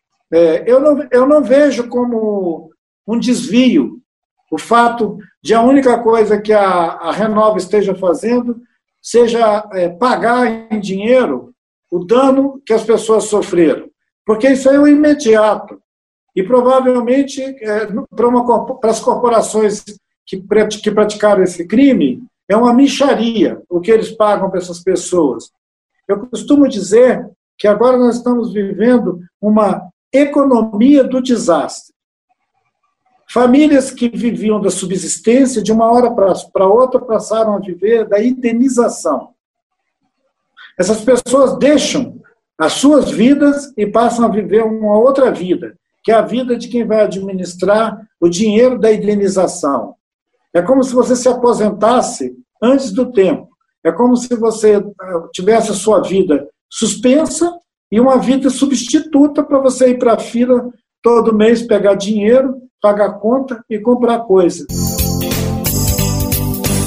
Eu não vejo como um desvio o fato de a única coisa que a Renova esteja fazendo seja pagar em dinheiro o dano que as pessoas sofreram. Porque isso é o imediato. E provavelmente, para as corporações que praticaram esse crime, é uma mixaria o que eles pagam para essas pessoas. Eu costumo dizer que agora nós estamos vivendo uma economia do desastre. Famílias que viviam da subsistência, de uma hora para outra, passaram a viver da indenização. Essas pessoas deixam as suas vidas e passam a viver uma outra vida, que é a vida de quem vai administrar o dinheiro da indenização. É como se você se aposentasse antes do tempo. É como se você tivesse a sua vida suspensa e uma vida substituta para você ir para a fila todo mês, pegar dinheiro, pagar conta e comprar coisa.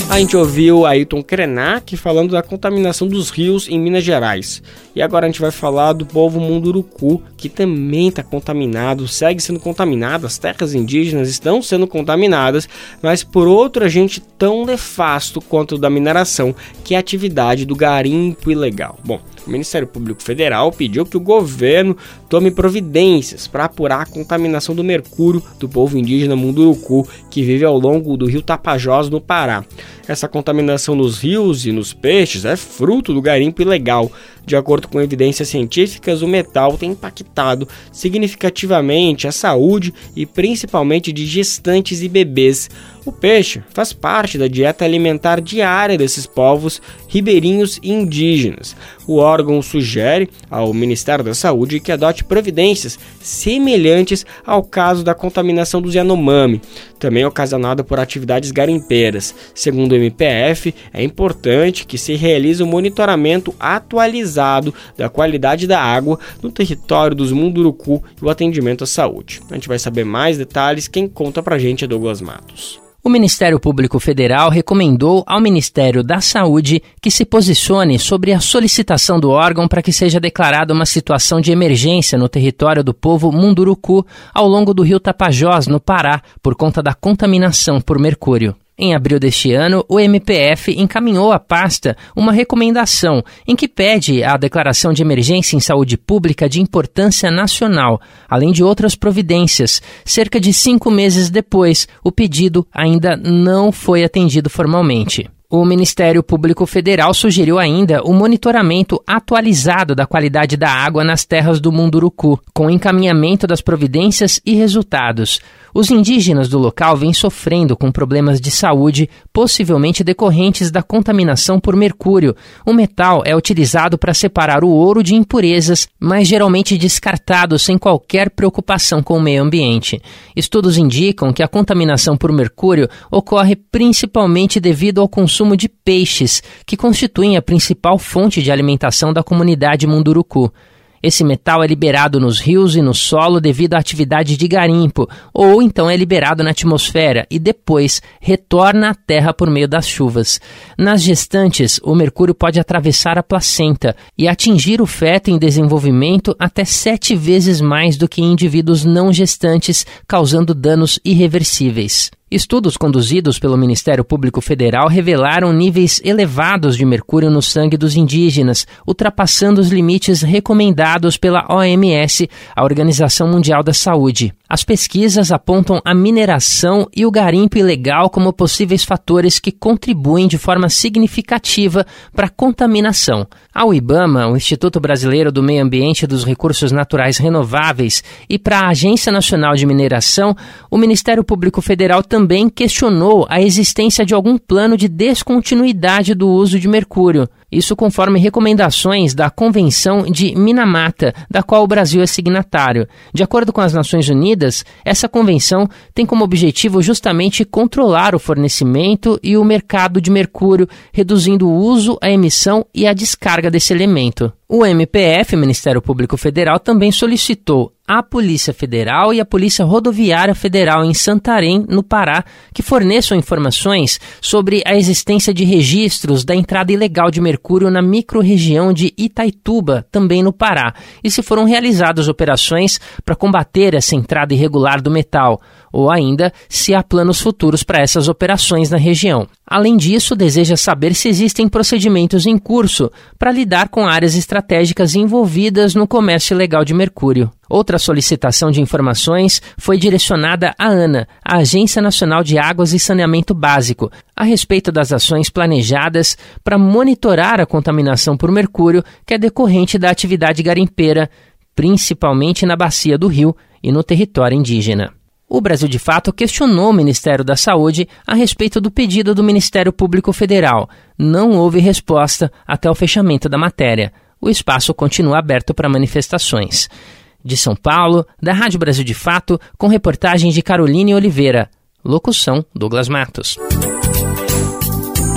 A gente ouviu Ailton Krenak falando da contaminação dos rios em Minas Gerais. E agora a gente vai falar do povo Munduruku, que também está contaminado, segue sendo contaminado, as terras indígenas estão sendo contaminadas, mas por outro agente tão nefasto quanto o da mineração, que é a atividade do garimpo ilegal. Bom, o Ministério Público Federal pediu que o governo tome providências para apurar a contaminação do mercúrio do povo indígena Munduruku, que vive ao longo do rio Tapajós, no Pará. Essa contaminação nos rios e nos peixes é fruto do garimpo ilegal. De acordo com evidências científicas, o metal tem impactado significativamente a saúde e principalmente de gestantes e bebês. O peixe faz parte da dieta alimentar diária desses povos ribeirinhos e indígenas. O órgão sugere ao Ministério da Saúde que adote providências semelhantes ao caso da contaminação dos Yanomami, também ocasionada por atividades garimpeiras. Segundo o MPF, é importante que se realize um monitoramento atualizado da qualidade da água no território dos Munduruku e o atendimento à saúde. A gente vai saber mais detalhes, quem conta pra gente é Douglas Matos. O Ministério Público Federal recomendou ao Ministério da Saúde que se posicione sobre a solicitação do órgão para que seja declarada uma situação de emergência no território do povo Munduruku ao longo do rio Tapajós, no Pará, por conta da contaminação por mercúrio. Em abril deste ano, o MPF encaminhou à pasta uma recomendação em que pede a declaração de emergência em saúde pública de importância nacional, além de outras providências. Cerca de 5 meses depois, o pedido ainda não foi atendido formalmente. O Ministério Público Federal sugeriu ainda o monitoramento atualizado da qualidade da água nas terras do Munduruku, com encaminhamento das providências e resultados. Os indígenas do local vêm sofrendo com problemas de saúde, possivelmente decorrentes da contaminação por mercúrio. O metal é utilizado para separar o ouro de impurezas, mas geralmente descartado sem qualquer preocupação com o meio ambiente. Estudos indicam que a contaminação por mercúrio ocorre principalmente devido ao consumo de peixes, que constituem a principal fonte de alimentação da comunidade Munduruku. Esse metal é liberado nos rios e no solo devido à atividade de garimpo, ou então é liberado na atmosfera e depois retorna à terra por meio das chuvas. Nas gestantes, o mercúrio pode atravessar a placenta e atingir o feto em desenvolvimento até 7 vezes mais do que em indivíduos não gestantes, causando danos irreversíveis. Estudos conduzidos pelo Ministério Público Federal revelaram níveis elevados de mercúrio no sangue dos indígenas, ultrapassando os limites recomendados pela OMS, a Organização Mundial da Saúde. As pesquisas apontam a mineração e o garimpo ilegal como possíveis fatores que contribuem de forma significativa para a contaminação. Ao IBAMA, o Instituto Brasileiro do Meio Ambiente e dos Recursos Naturais Renováveis, e para a Agência Nacional de Mineração, o Ministério Público Federal também questionou a existência de algum plano de descontinuidade do uso de mercúrio. Isso conforme recomendações da Convenção de Minamata, da qual o Brasil é signatário. De acordo com as Nações Unidas, essa convenção tem como objetivo justamente controlar o fornecimento e o mercado de mercúrio, reduzindo o uso, a emissão e a descarga desse elemento. O MPF, Ministério Público Federal, também solicitou à Polícia Federal e à Polícia Rodoviária Federal em Santarém, no Pará, que forneçam informações sobre a existência de registros da entrada ilegal de mercúrio na microrregião de Itaituba, também no Pará, e se foram realizadas operações para combater essa entrada irregular do metal, ou ainda se há planos futuros para essas operações na região. Além disso, deseja saber se existem procedimentos em curso para lidar com áreas estratégicas envolvidas no comércio ilegal de mercúrio. Outra solicitação de informações foi direcionada à ANA, a Agência Nacional de Águas e Saneamento Básico, a respeito das ações planejadas para monitorar a contaminação por mercúrio que é decorrente da atividade garimpeira, principalmente na bacia do rio e no território indígena. O Brasil de Fato questionou o Ministério da Saúde a respeito do pedido do Ministério Público Federal. Não houve resposta até o fechamento da matéria. O espaço continua aberto para manifestações. De São Paulo, da Rádio Brasil de Fato, com reportagem de Caroline Oliveira. Locução, Douglas Matos.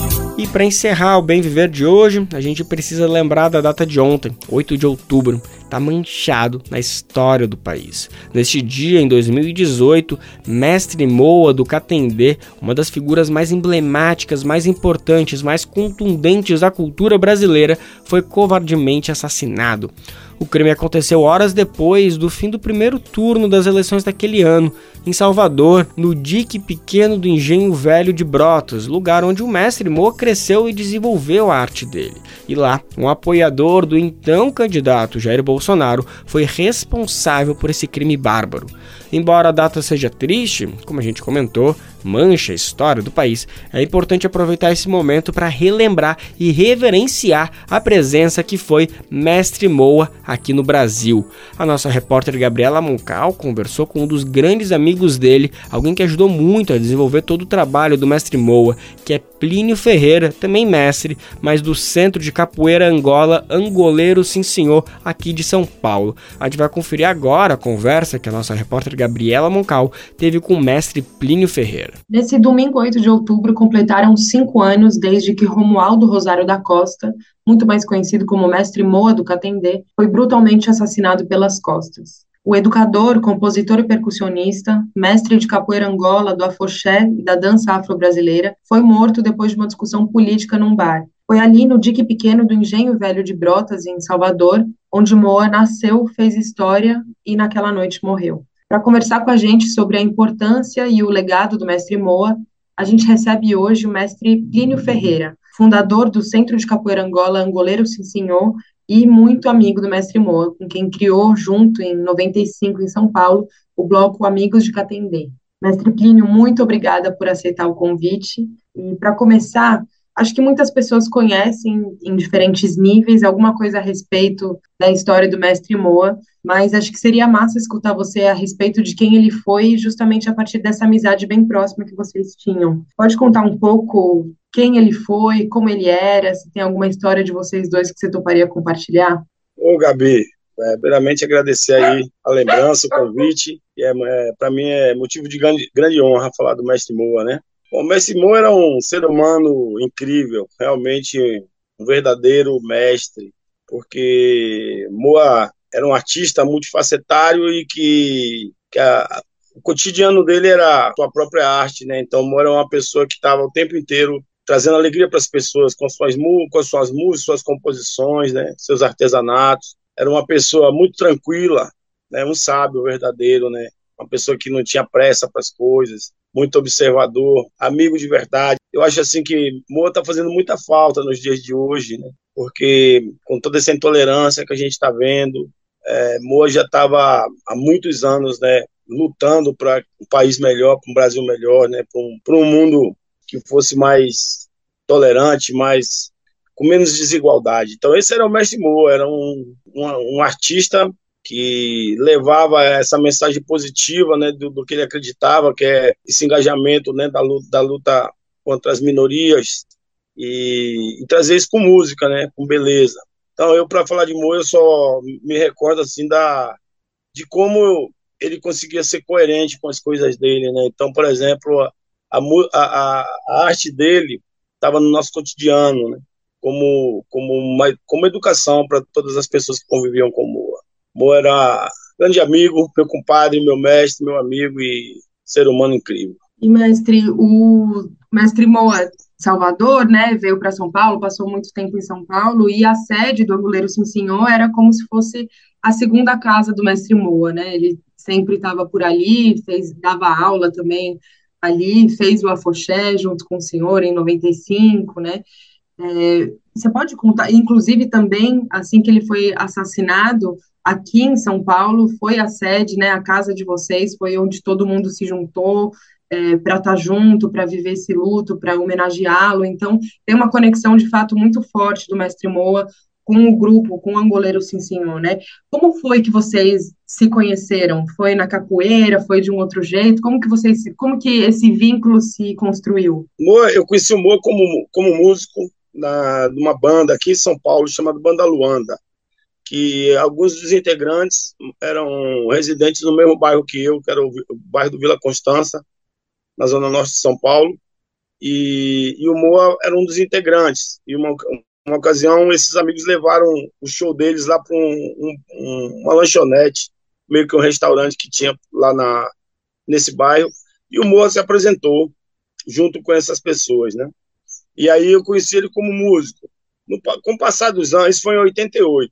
E para encerrar o Bem Viver de hoje, a gente precisa lembrar da data de ontem, 8 de outubro. Está manchado na história do país. Neste dia, em 2018, Mestre Moa do Catendê, uma das figuras mais emblemáticas, mais importantes, mais contundentes da cultura brasileira, foi covardemente assassinado. O crime aconteceu horas depois do fim do primeiro turno das eleições daquele ano, em Salvador, no dique pequeno do Engenho Velho de Brotas, lugar onde o Mestre Moa cresceu e desenvolveu a arte dele. E lá, um apoiador do então candidato Jair Bolsonaro foi responsável por esse crime bárbaro. Embora a data seja triste, como a gente comentou, mancha a história do país, é importante aproveitar esse momento para relembrar e reverenciar a presença que foi Mestre Moa aqui no Brasil. A nossa repórter Gabriela Moncal conversou com um dos grandes amigos dele, alguém que ajudou muito a desenvolver todo o trabalho do Mestre Moa, que é Plínio Ferreira, também mestre, mas do Centro de Capoeira Angola, Angoleiro Sim Senhor, aqui de São Paulo. A gente vai conferir agora a conversa que a nossa repórter Gabriela Moncal teve com o mestre Plínio Ferreira. Nesse domingo 8 de outubro, completaram 5 anos desde que Romualdo Rosário da Costa, muito mais conhecido como Mestre Moa do Catendê, foi brutalmente assassinado pelas costas. O educador, compositor e percussionista, mestre de capoeira Angola, do afoxé e da dança afro-brasileira, foi morto depois de uma discussão política num bar. Foi ali no dique pequeno do Engenho Velho de Brotas, em Salvador, onde Moa nasceu, fez história e naquela noite morreu. Para conversar com a gente sobre a importância e o legado do Mestre Moa, a gente recebe hoje o mestre Plínio Ferreira, fundador do Centro de Capoeira Angola, Angoleiro Sim Senhor, e muito amigo do Mestre Moa, com quem criou, junto em 95, em São Paulo, o bloco Amigos de Catendê. Mestre Plínio, muito obrigada por aceitar o convite. E para começar, acho que muitas pessoas conhecem, em diferentes níveis, alguma coisa a respeito da história do Mestre Moa, mas acho que seria massa escutar você a respeito de quem ele foi, justamente a partir dessa amizade bem próxima que vocês tinham. Pode contar um pouco quem ele foi, como ele era, se tem alguma história de vocês dois que você toparia compartilhar? Ô, Gabi, primeiramente agradecer aí a lembrança, o convite, e para mim é motivo de grande honra falar do Mestre Moa, né? Bom, o Mestre Moa era um ser humano incrível, realmente um verdadeiro mestre, porque Moa era um artista multifacetário e que o cotidiano dele era a sua própria arte, né? Então Moa era uma pessoa que estava o tempo inteiro trazendo alegria para as pessoas com suas músicas, suas composições, né? Seus artesanatos. Era uma pessoa muito tranquila, né? Um sábio verdadeiro, né? Uma pessoa que não tinha pressa para as coisas, muito observador, amigo de verdade. Eu acho assim que Moa está fazendo muita falta nos dias de hoje, né? Porque com toda essa intolerância que a gente está vendo, Moa já estava há muitos anos, né, lutando para um país melhor, para um Brasil melhor, né, para um mundo que fosse mais tolerante, com menos desigualdade. Então esse era o Mestre Moa, era um artista que levava essa mensagem positiva, né, do que ele acreditava, que é esse engajamento, né, da luta contra as minorias e trazer isso com música, né, com beleza. Então eu, para falar de Moa, eu só me recordo assim de como ele conseguia ser coerente com as coisas dele, né? Então, por exemplo, a arte dele estava no nosso cotidiano, né? Como educação para todas as pessoas que conviviam com Moa. Moa era grande amigo, meu compadre, meu mestre, meu amigo e ser humano incrível. E mestre, o Mestre Moa Salvador, né, veio para São Paulo, passou muito tempo em São Paulo, e a sede do Angoleiro Sim Senhor era como se fosse a segunda casa do Mestre Moa, né? Ele sempre estava por ali, dava aula também ali, fez o afoxé junto com o senhor em 95, né? Você pode contar, inclusive também, assim que ele foi assassinado, aqui em São Paulo, foi a sede, né, a casa de vocês, foi onde todo mundo se juntou, para estar junto, para viver esse luto, para homenageá-lo. Então, tem uma conexão, de fato, muito forte do Mestre Moa com o grupo, com o Angoleiro Sim Senhor, né? Como foi que vocês se conheceram? Foi na capoeira? Foi de um outro jeito? Como que esse vínculo se construiu? Moa, eu conheci o Moa como músico numa banda aqui em São Paulo, chamada Banda Luanda, que alguns dos integrantes eram residentes no mesmo bairro que eu, que era o bairro do Vila Constança, na zona norte de São Paulo, e o Moa era um dos integrantes. E uma ocasião, esses amigos levaram o show deles lá para uma lanchonete, meio que um restaurante que tinha lá nesse bairro, e o Moa se apresentou junto com essas pessoas, né? E aí eu conheci ele como músico. Com o passar dos anos, isso foi em 88.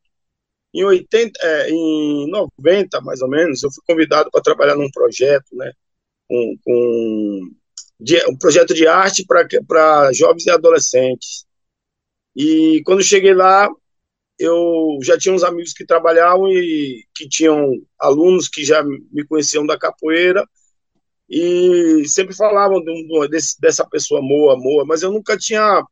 Em 90, mais ou menos, eu fui convidado para trabalhar num projeto, né? Um projeto de arte para jovens e adolescentes. E quando cheguei lá, eu já tinha uns amigos que trabalhavam e que tinham alunos que já me conheciam da capoeira e sempre falavam dessa pessoa Moa, mas eu nunca tinha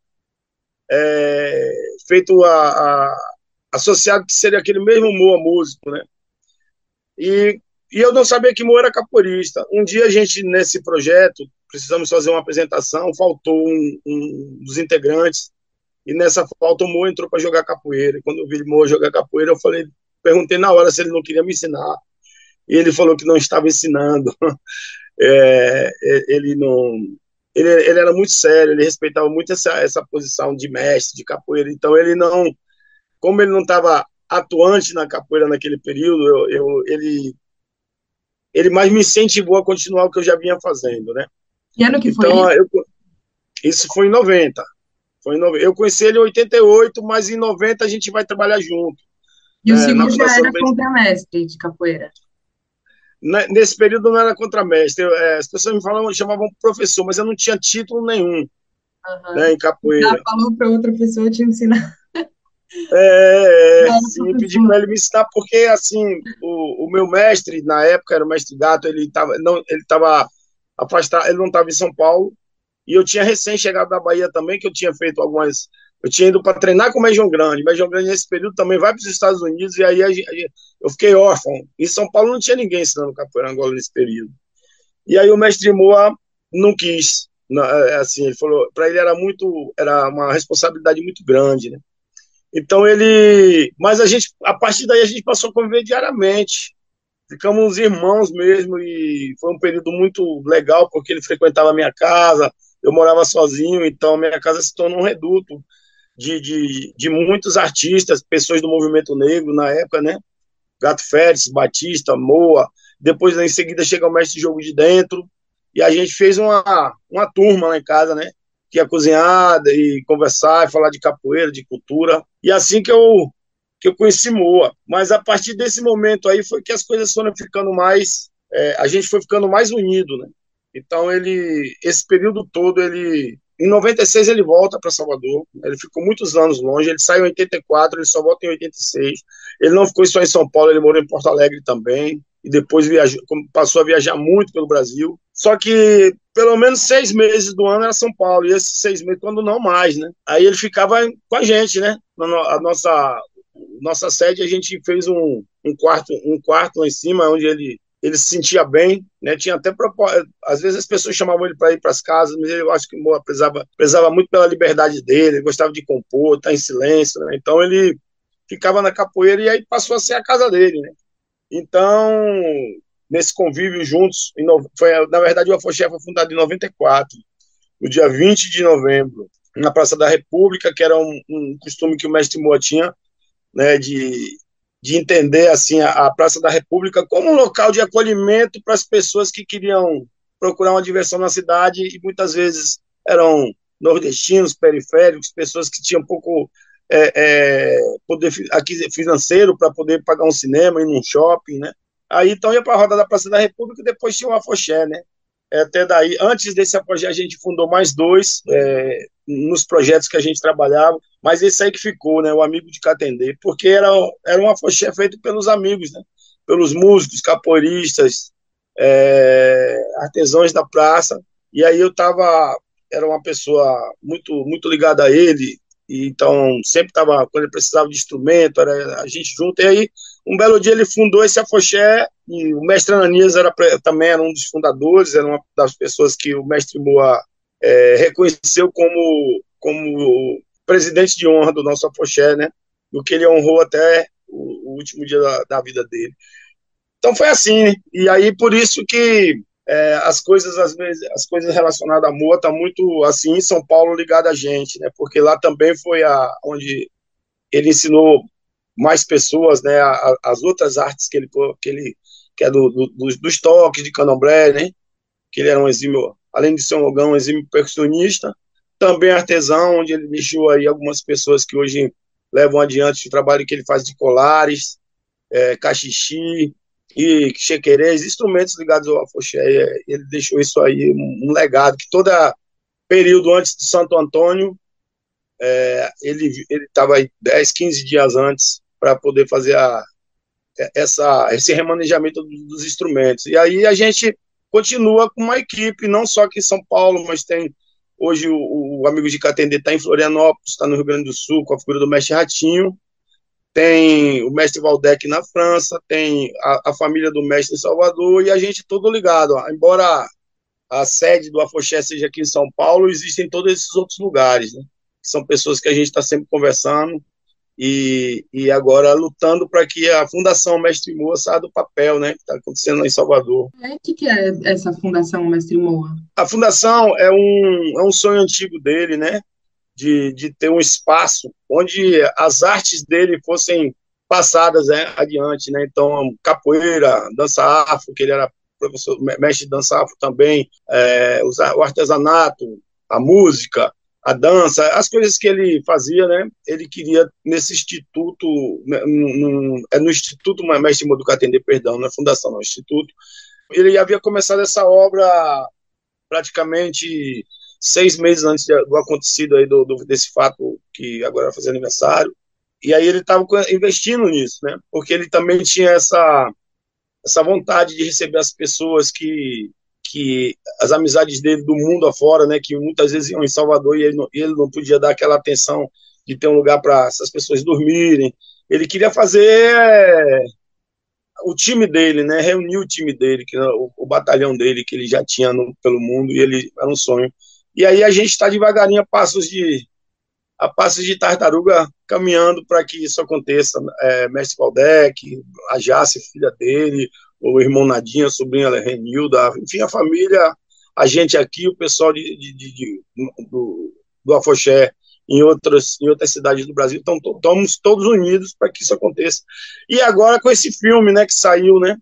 feito associado que seria aquele mesmo Moa músico, né? E eu não sabia que Moa era capoeirista. Um dia a gente, nesse projeto, precisamos fazer uma apresentação, faltou um dos integrantes, e nessa falta o Moa entrou para jogar capoeira. E quando eu vi Moa jogar capoeira, perguntei na hora se ele não queria me ensinar. E ele falou que não estava ensinando. Ele era muito sério, ele respeitava muito essa posição de mestre, de capoeira. Então como ele não estava atuante na capoeira naquele período, ele mais me incentivou a continuar o que eu já vinha fazendo, né? Que ano que foi? Então, isso foi em 90. Eu conheci ele em 88, mas em 90 a gente vai trabalhar junto. E o senhor já era contramestre de capoeira? Nesse período não era contramestre. As pessoas me chamavam professor, mas eu não tinha título nenhum, né, em capoeira. Já falou para outra pessoa te ensinar. Sim, eu pedi para ele me ensinar, porque assim, o meu mestre, na época, era o mestre Gato, ele estava afastado, ele não estava em São Paulo, e eu tinha recém chegado da Bahia também, que eu tinha feito eu tinha ido para treinar com o Major Grande. Major Grande, nesse período, também vai para os Estados Unidos, e aí eu fiquei órfão. Em São Paulo não tinha ninguém ensinando capoeira Angola nesse período. E aí o mestre Moa não quis, assim, ele falou, para ele era uma responsabilidade muito grande, né? Então mas a partir daí a gente passou a conviver diariamente, ficamos irmãos mesmo, e foi um período muito legal, porque ele frequentava a minha casa, eu morava sozinho, então a minha casa se tornou um reduto de muitos artistas, pessoas do movimento negro na época, né? Gato Férez, Batista, Moa, depois em seguida chega o mestre Jogo de Dentro, e a gente fez uma turma lá em casa, né? Que ia cozinhar e conversar, e falar de capoeira, de cultura, e assim que eu conheci Moa. Mas a partir desse momento aí foi que as coisas foram ficando mais, a gente foi ficando mais unido, né? Então esse período todo, em 96 ele volta para Salvador, ele ficou muitos anos longe, ele saiu em 84, ele só volta em 86, ele não ficou só em São Paulo, ele morou em Porto Alegre também, e depois passou a viajar muito pelo Brasil, só que pelo menos 6 meses do ano era São Paulo, e esses 6 meses, quando não mais, né? Aí ele ficava com a gente, né? A nossa sede, a gente fez um quarto lá em cima, onde ele se sentia bem, né? Tinha até às vezes as pessoas chamavam ele para ir para as casas, mas eu acho que o Moa prezava muito pela liberdade dele, ele gostava de compor, estar em silêncio, né? Então ele ficava na capoeira e aí passou a ser a casa dele, né? Então, nesse convívio juntos, na verdade o Afoxé foi fundado em 94, no dia 20 de novembro, na Praça da República, que era um costume que o mestre Moa tinha, né, de entender assim a Praça da República como um local de acolhimento para as pessoas que queriam procurar uma diversão na cidade, e muitas vezes eram nordestinos, periféricos, pessoas que tinham pouco poder financeiro para poder pagar um cinema, ir num shopping, né? Aí então ia para a roda da Praça da República, e depois tinha o Afoxé, né? Até daí, antes desse Afoxé, a gente fundou mais 2 nos projetos que a gente trabalhava, mas esse aí que ficou, né? O Amigo de Catendê, porque era um Afoxé feito pelos amigos, né? Pelos músicos, capoeiristas, artesãos da praça, e aí era uma pessoa muito, muito ligada a ele, e então sempre estava, quando ele precisava de instrumento, era a gente junto, e aí um belo dia ele fundou esse Afoxé, e o mestre Ananias também era um dos fundadores, era uma das pessoas que o mestre Moa reconheceu como presidente de honra do nosso Afoxé, né? Do que ele honrou até o último dia da vida dele. Então foi assim, e aí por isso que as coisas, às vezes, as coisas relacionadas à Moa tá muito, assim, em São Paulo, ligada a gente, né? Porque lá também foi onde ele ensinou mais pessoas, né? As outras artes que é dos toques de candomblé, né? Que ele era um exímio, além de ser um exímio percussionista, também artesão, onde ele deixou aí algumas pessoas que hoje levam adiante o trabalho que ele faz de colares, cachixi e chequerês, instrumentos ligados ao afoxé. Ele deixou isso aí, um legado, que todo período antes de Santo Antônio, ele estava aí 10, 15 dias antes para poder fazer esse remanejamento dos instrumentos. E aí a gente continua com uma equipe, não só aqui em São Paulo, mas tem hoje o Amigos de Catendê está em Florianópolis, está no Rio Grande do Sul, com a figura do Mestre Ratinho, tem o Mestre Valdec na França, tem a família do Mestre em Salvador, e a gente todo ligado. Embora a sede do Afoxé seja aqui em São Paulo, existem todos esses outros lugares, né? São pessoas que a gente está sempre conversando, e agora lutando para que a Fundação Mestre Moa saia do papel, né, que está acontecendo lá em Salvador. O que é essa Fundação Mestre Moa? A Fundação é um sonho antigo dele, né, de ter um espaço onde as artes dele fossem passadas, né, adiante, né, então capoeira, dança afro, que ele era professor, mestre de dança afro também, o artesanato, a música, a dança, as coisas que ele fazia, né? Ele queria nesse instituto, no Instituto Mestre Moa do Catendê, perdão, não é fundação, não, instituto. Ele havia começado essa obra praticamente 6 meses antes do acontecido aí desse fato que agora vai fazer aniversário. E aí ele estava investindo nisso, né? Porque ele também tinha essa vontade de receber as pessoas que as amizades dele do mundo afora, né, que muitas vezes iam em Salvador e ele não podia dar aquela atenção de ter um lugar para essas pessoas dormirem. Ele queria fazer o time dele, né, reunir o time dele, o batalhão dele que ele já tinha pelo mundo, e ele era um sonho. E aí a gente está devagarinho a passos de tartaruga caminhando para que isso aconteça. Mestre Valdec, a Jace, filha dele, o irmão Nadinha, a sobrinha Renilda, enfim, a família, a gente aqui, o pessoal do Afoxé em outras cidades do Brasil, então estamos todos unidos para que isso aconteça. E agora com esse filme, né, que saiu, né,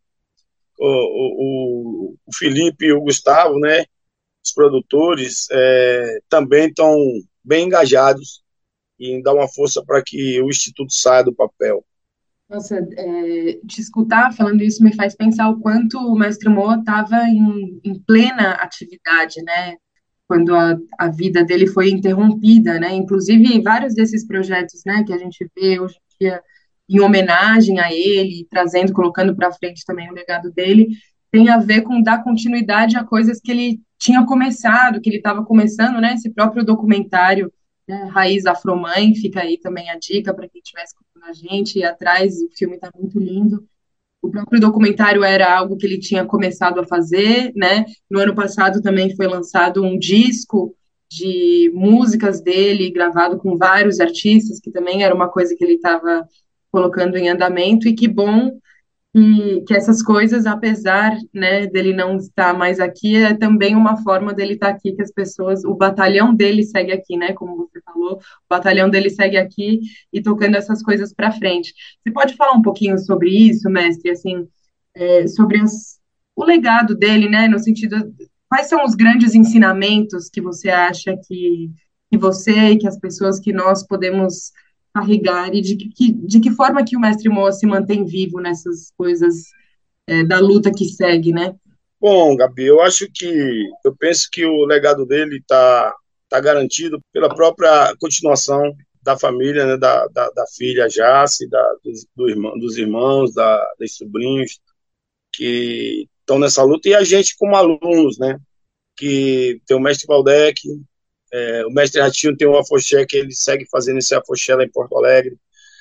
o Felipe e o Gustavo, né, os produtores, também estão bem engajados em dar uma força para que o Instituto saia do papel. Nossa, te escutar falando isso me faz pensar o quanto o Mestre Moa estava em plena atividade, né? Quando a vida dele foi interrompida, né? Inclusive, vários desses projetos, né, que a gente vê hoje em dia em homenagem a ele, trazendo, colocando para frente também o legado dele, tem a ver com dar continuidade a coisas que ele tinha começado, que ele estava começando, né? Esse próprio documentário, né, Raiz Afromãe, fica aí também a dica para quem estiver escutando a gente, e atrás o filme está muito lindo. O próprio documentário era algo que ele tinha começado a fazer, né? No ano passado também foi lançado um disco de músicas dele, gravado com vários artistas, que também era uma coisa que ele estava colocando em andamento, e que bom que essas coisas, apesar, né, dele não estar mais aqui, é também uma forma dele estar aqui, que as pessoas, o batalhão dele segue aqui, né, como você falou, o batalhão dele segue aqui e tocando essas coisas para frente. Você pode falar um pouquinho sobre isso, mestre, assim, sobre o legado dele, né, no sentido, quais são os grandes ensinamentos que você acha que você e que as pessoas, que nós podemos carregar, e de que forma que o Mestre Moa se mantém vivo nessas coisas da luta que segue, né? Bom, Gabi, eu penso que o legado dele tá garantido pela própria continuação da família, né, da filha Jace, dos irmãos, dos sobrinhos que estão nessa luta, e a gente como alunos, né, que tem o Mestre Valdec, o Mestre Ratinho tem um afoxé que ele segue fazendo esse afoxé lá em Porto Alegre.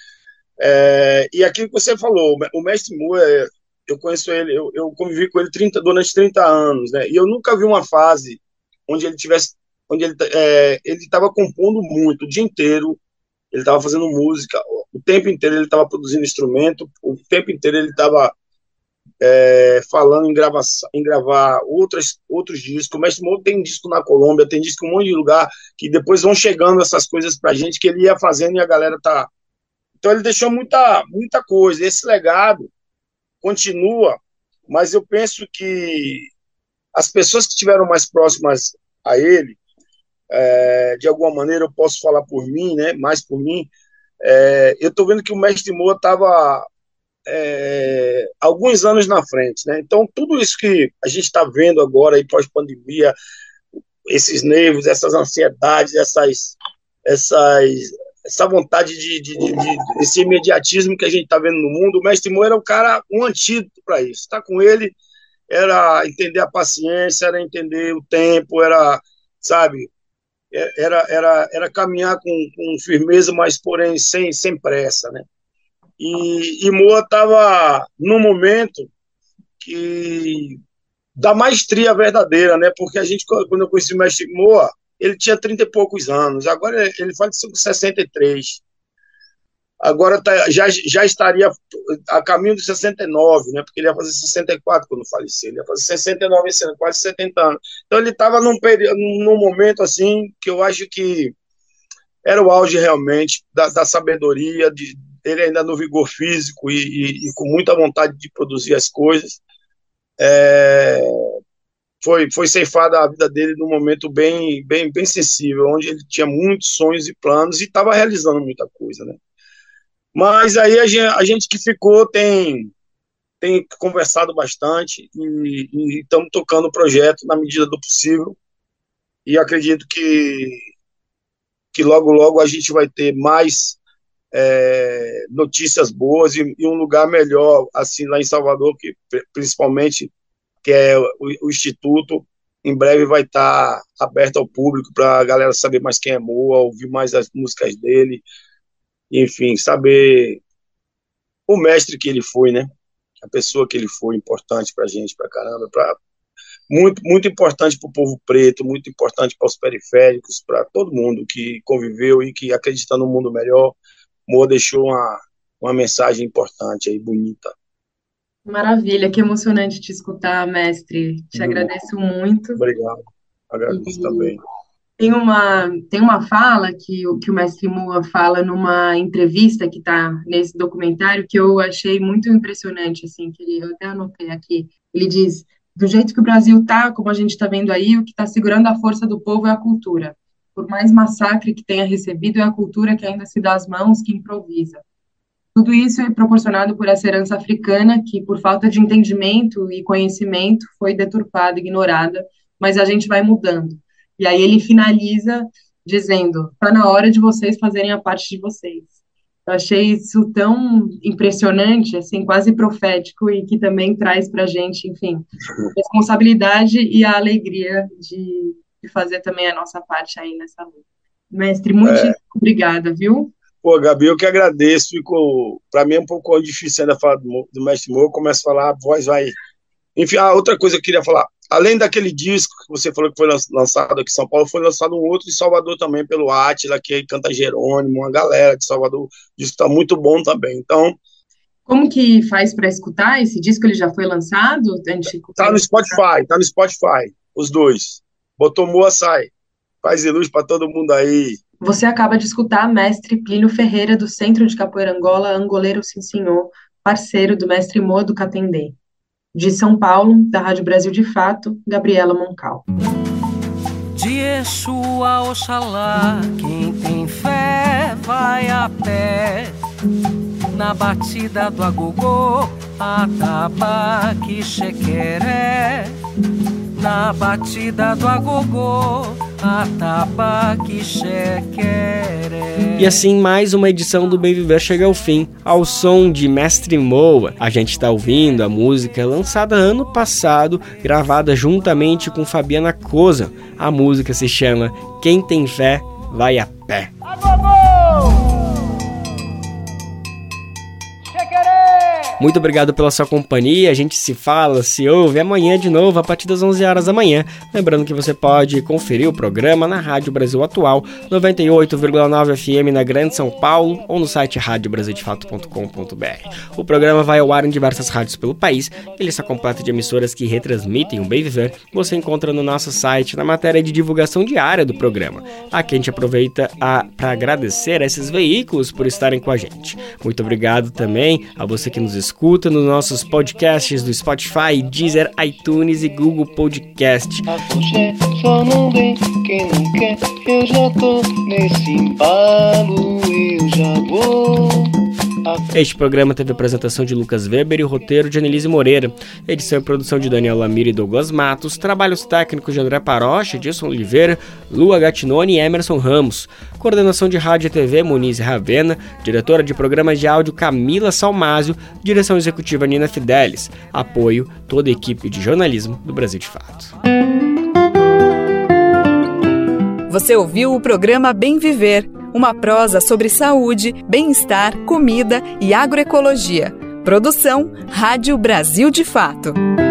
E aquilo que você falou, o Mestre Moa, eu conheço ele, eu convivi com ele durante 30 anos, né? E eu nunca vi uma fase onde ele estava compondo muito, o dia inteiro ele estava fazendo música, o tempo inteiro ele estava produzindo instrumento, o tempo inteiro ele estava falando em gravar outros discos. O Mestre Moa tem disco na Colômbia, tem disco em um monte de lugar, que depois vão chegando essas coisas pra gente, que ele ia fazendo e a galera tá... Então ele deixou muita coisa. Esse legado continua, mas eu penso que as pessoas que estiveram mais próximas a ele, de alguma maneira eu posso falar por mim, né, mais por mim, eu estou vendo que o Mestre Moa estava alguns anos na frente, né? Então tudo isso que a gente está vendo agora aí pós-pandemia, esses nervos, essas ansiedades, essa vontade esse imediatismo que a gente está vendo no mundo, o Mestre Moa era um antídoto para isso. Estar com ele era entender a paciência, era entender o tempo, era, sabe, era caminhar com firmeza, mas porém sem pressa, né? E Moa estava num momento da maestria verdadeira, né? Porque quando eu conheci o Mestre Moa, ele tinha 30 e poucos anos, agora ele faz 63. Agora já estaria a caminho dos 69, né? Porque ele ia fazer 64 quando faleceu, ele ia fazer 69 esse ano, quase 70 anos. Então ele estava num momento assim que eu acho que era o auge realmente da sabedoria, ele ainda no vigor físico e com muita vontade de produzir as coisas. Foi ceifada a vida dele num momento bem sensível, onde ele tinha muitos sonhos e planos e estava realizando muita coisa, né? Mas aí a gente que ficou tem conversado bastante e estamos tocando o projeto na medida do possível, e acredito que logo a gente vai ter mais notícias boas e um lugar melhor, assim, lá em Salvador, que principalmente que é o Instituto, em breve vai estar aberto ao público para a galera saber mais quem é Moa, ouvir mais as músicas dele, enfim, saber o mestre que ele foi, né? A pessoa que ele foi, importante pra gente, pra caramba, muito, muito importante pro povo preto, muito importante para os periféricos, para todo mundo que conviveu e que acredita no mundo melhor. Moa deixou uma mensagem importante aí, bonita. Maravilha, que emocionante te escutar, mestre. Te agradeço muito. Obrigado, agradeço também. Tem uma fala que o mestre Moa fala numa entrevista que está nesse documentário que eu achei muito impressionante, assim, que eu até anotei aqui. Ele diz: do jeito que o Brasil está, como a gente está vendo aí, o que está segurando a força do povo é a cultura. Por mais massacre que tenha recebido, é a cultura que ainda se dá as mãos, que improvisa. Tudo isso é proporcionado por essa herança africana que, por falta de entendimento e conhecimento, foi deturpada, ignorada, mas a gente vai mudando. E aí ele finaliza dizendo: está na hora de vocês fazerem a parte de vocês. Eu achei isso tão impressionante, assim, quase profético, e que também traz para a gente, enfim, a responsabilidade e a alegria de fazer também a nossa parte aí nessa luta. Mestre, muito obrigada, viu? Pô, Gabi, eu que agradeço. Para mim é um pouco difícil ainda falar do Mestre Moa, eu começo a falar, a voz vai... Enfim, outra coisa que eu queria falar, além daquele disco que você falou que foi lançado aqui em São Paulo, foi lançado um outro em Salvador também, pelo Átila, que canta Jerônimo, uma galera de Salvador. O disco está muito bom também, então... Como que faz para escutar esse disco? Ele já foi lançado? Tá no Spotify, os dois. Botou Moa, sai. Paz e luz para todo mundo aí. Você acaba de escutar mestre Plínio Ferreira, do Centro de Capoeira Angola, Angoleiro Sim Senhor, parceiro do mestre Moa do Catendê. De São Paulo, da Rádio Brasil de Fato, Gabriela Moncal. De Exu a Oxalá, quem tem fé vai a pé. Na batida do agogô, atabaque xequeré. Na batida do agogô, atabaque xequeré. E assim, mais uma edição do Bem Viver chega ao fim, ao som de Mestre Moa. A gente está ouvindo a música lançada ano passado, gravada juntamente com Fabiana Cosa. A música se chama Quem Tem Fé Vai a Pé. Xequeré! Muito obrigado pela sua companhia, a gente se fala, se ouve amanhã de novo a partir das 11 horas da manhã. Lembrando que você pode conferir o programa na Rádio Brasil Atual, 98,9 FM na Grande São Paulo ou no site radiobrasildefato.com.br. O programa vai ao ar em diversas rádios pelo país. Ele está completo de emissoras que retransmitem o Bem Viver. Você encontra no nosso site, na matéria de divulgação diária do programa. Aqui a gente aproveita para agradecer a esses veículos por estarem com a gente. Muito obrigado também a você que nos escuta nos nossos podcasts do Spotify, Deezer, iTunes e Google Podcast. Só não vem quem não quer, eu já tô nesse embalo, eu já vou. Este programa teve a apresentação de Lucas Weber e o roteiro de Anelise Moreira, edição e produção de Daniel Lamir e Douglas Matos, trabalhos técnicos de André Parocha, Edson Oliveira, Lua Gattinoni e Emerson Ramos, coordenação de rádio e TV Muniz Ravena, diretora de programas de áudio Camila Salmásio, direção executiva Nina Fidelis, apoio toda a equipe de jornalismo do Brasil de Fato. Você ouviu o programa Bem Viver, uma prosa sobre saúde, bem-estar, comida e agroecologia. Produção Rádio Brasil de Fato.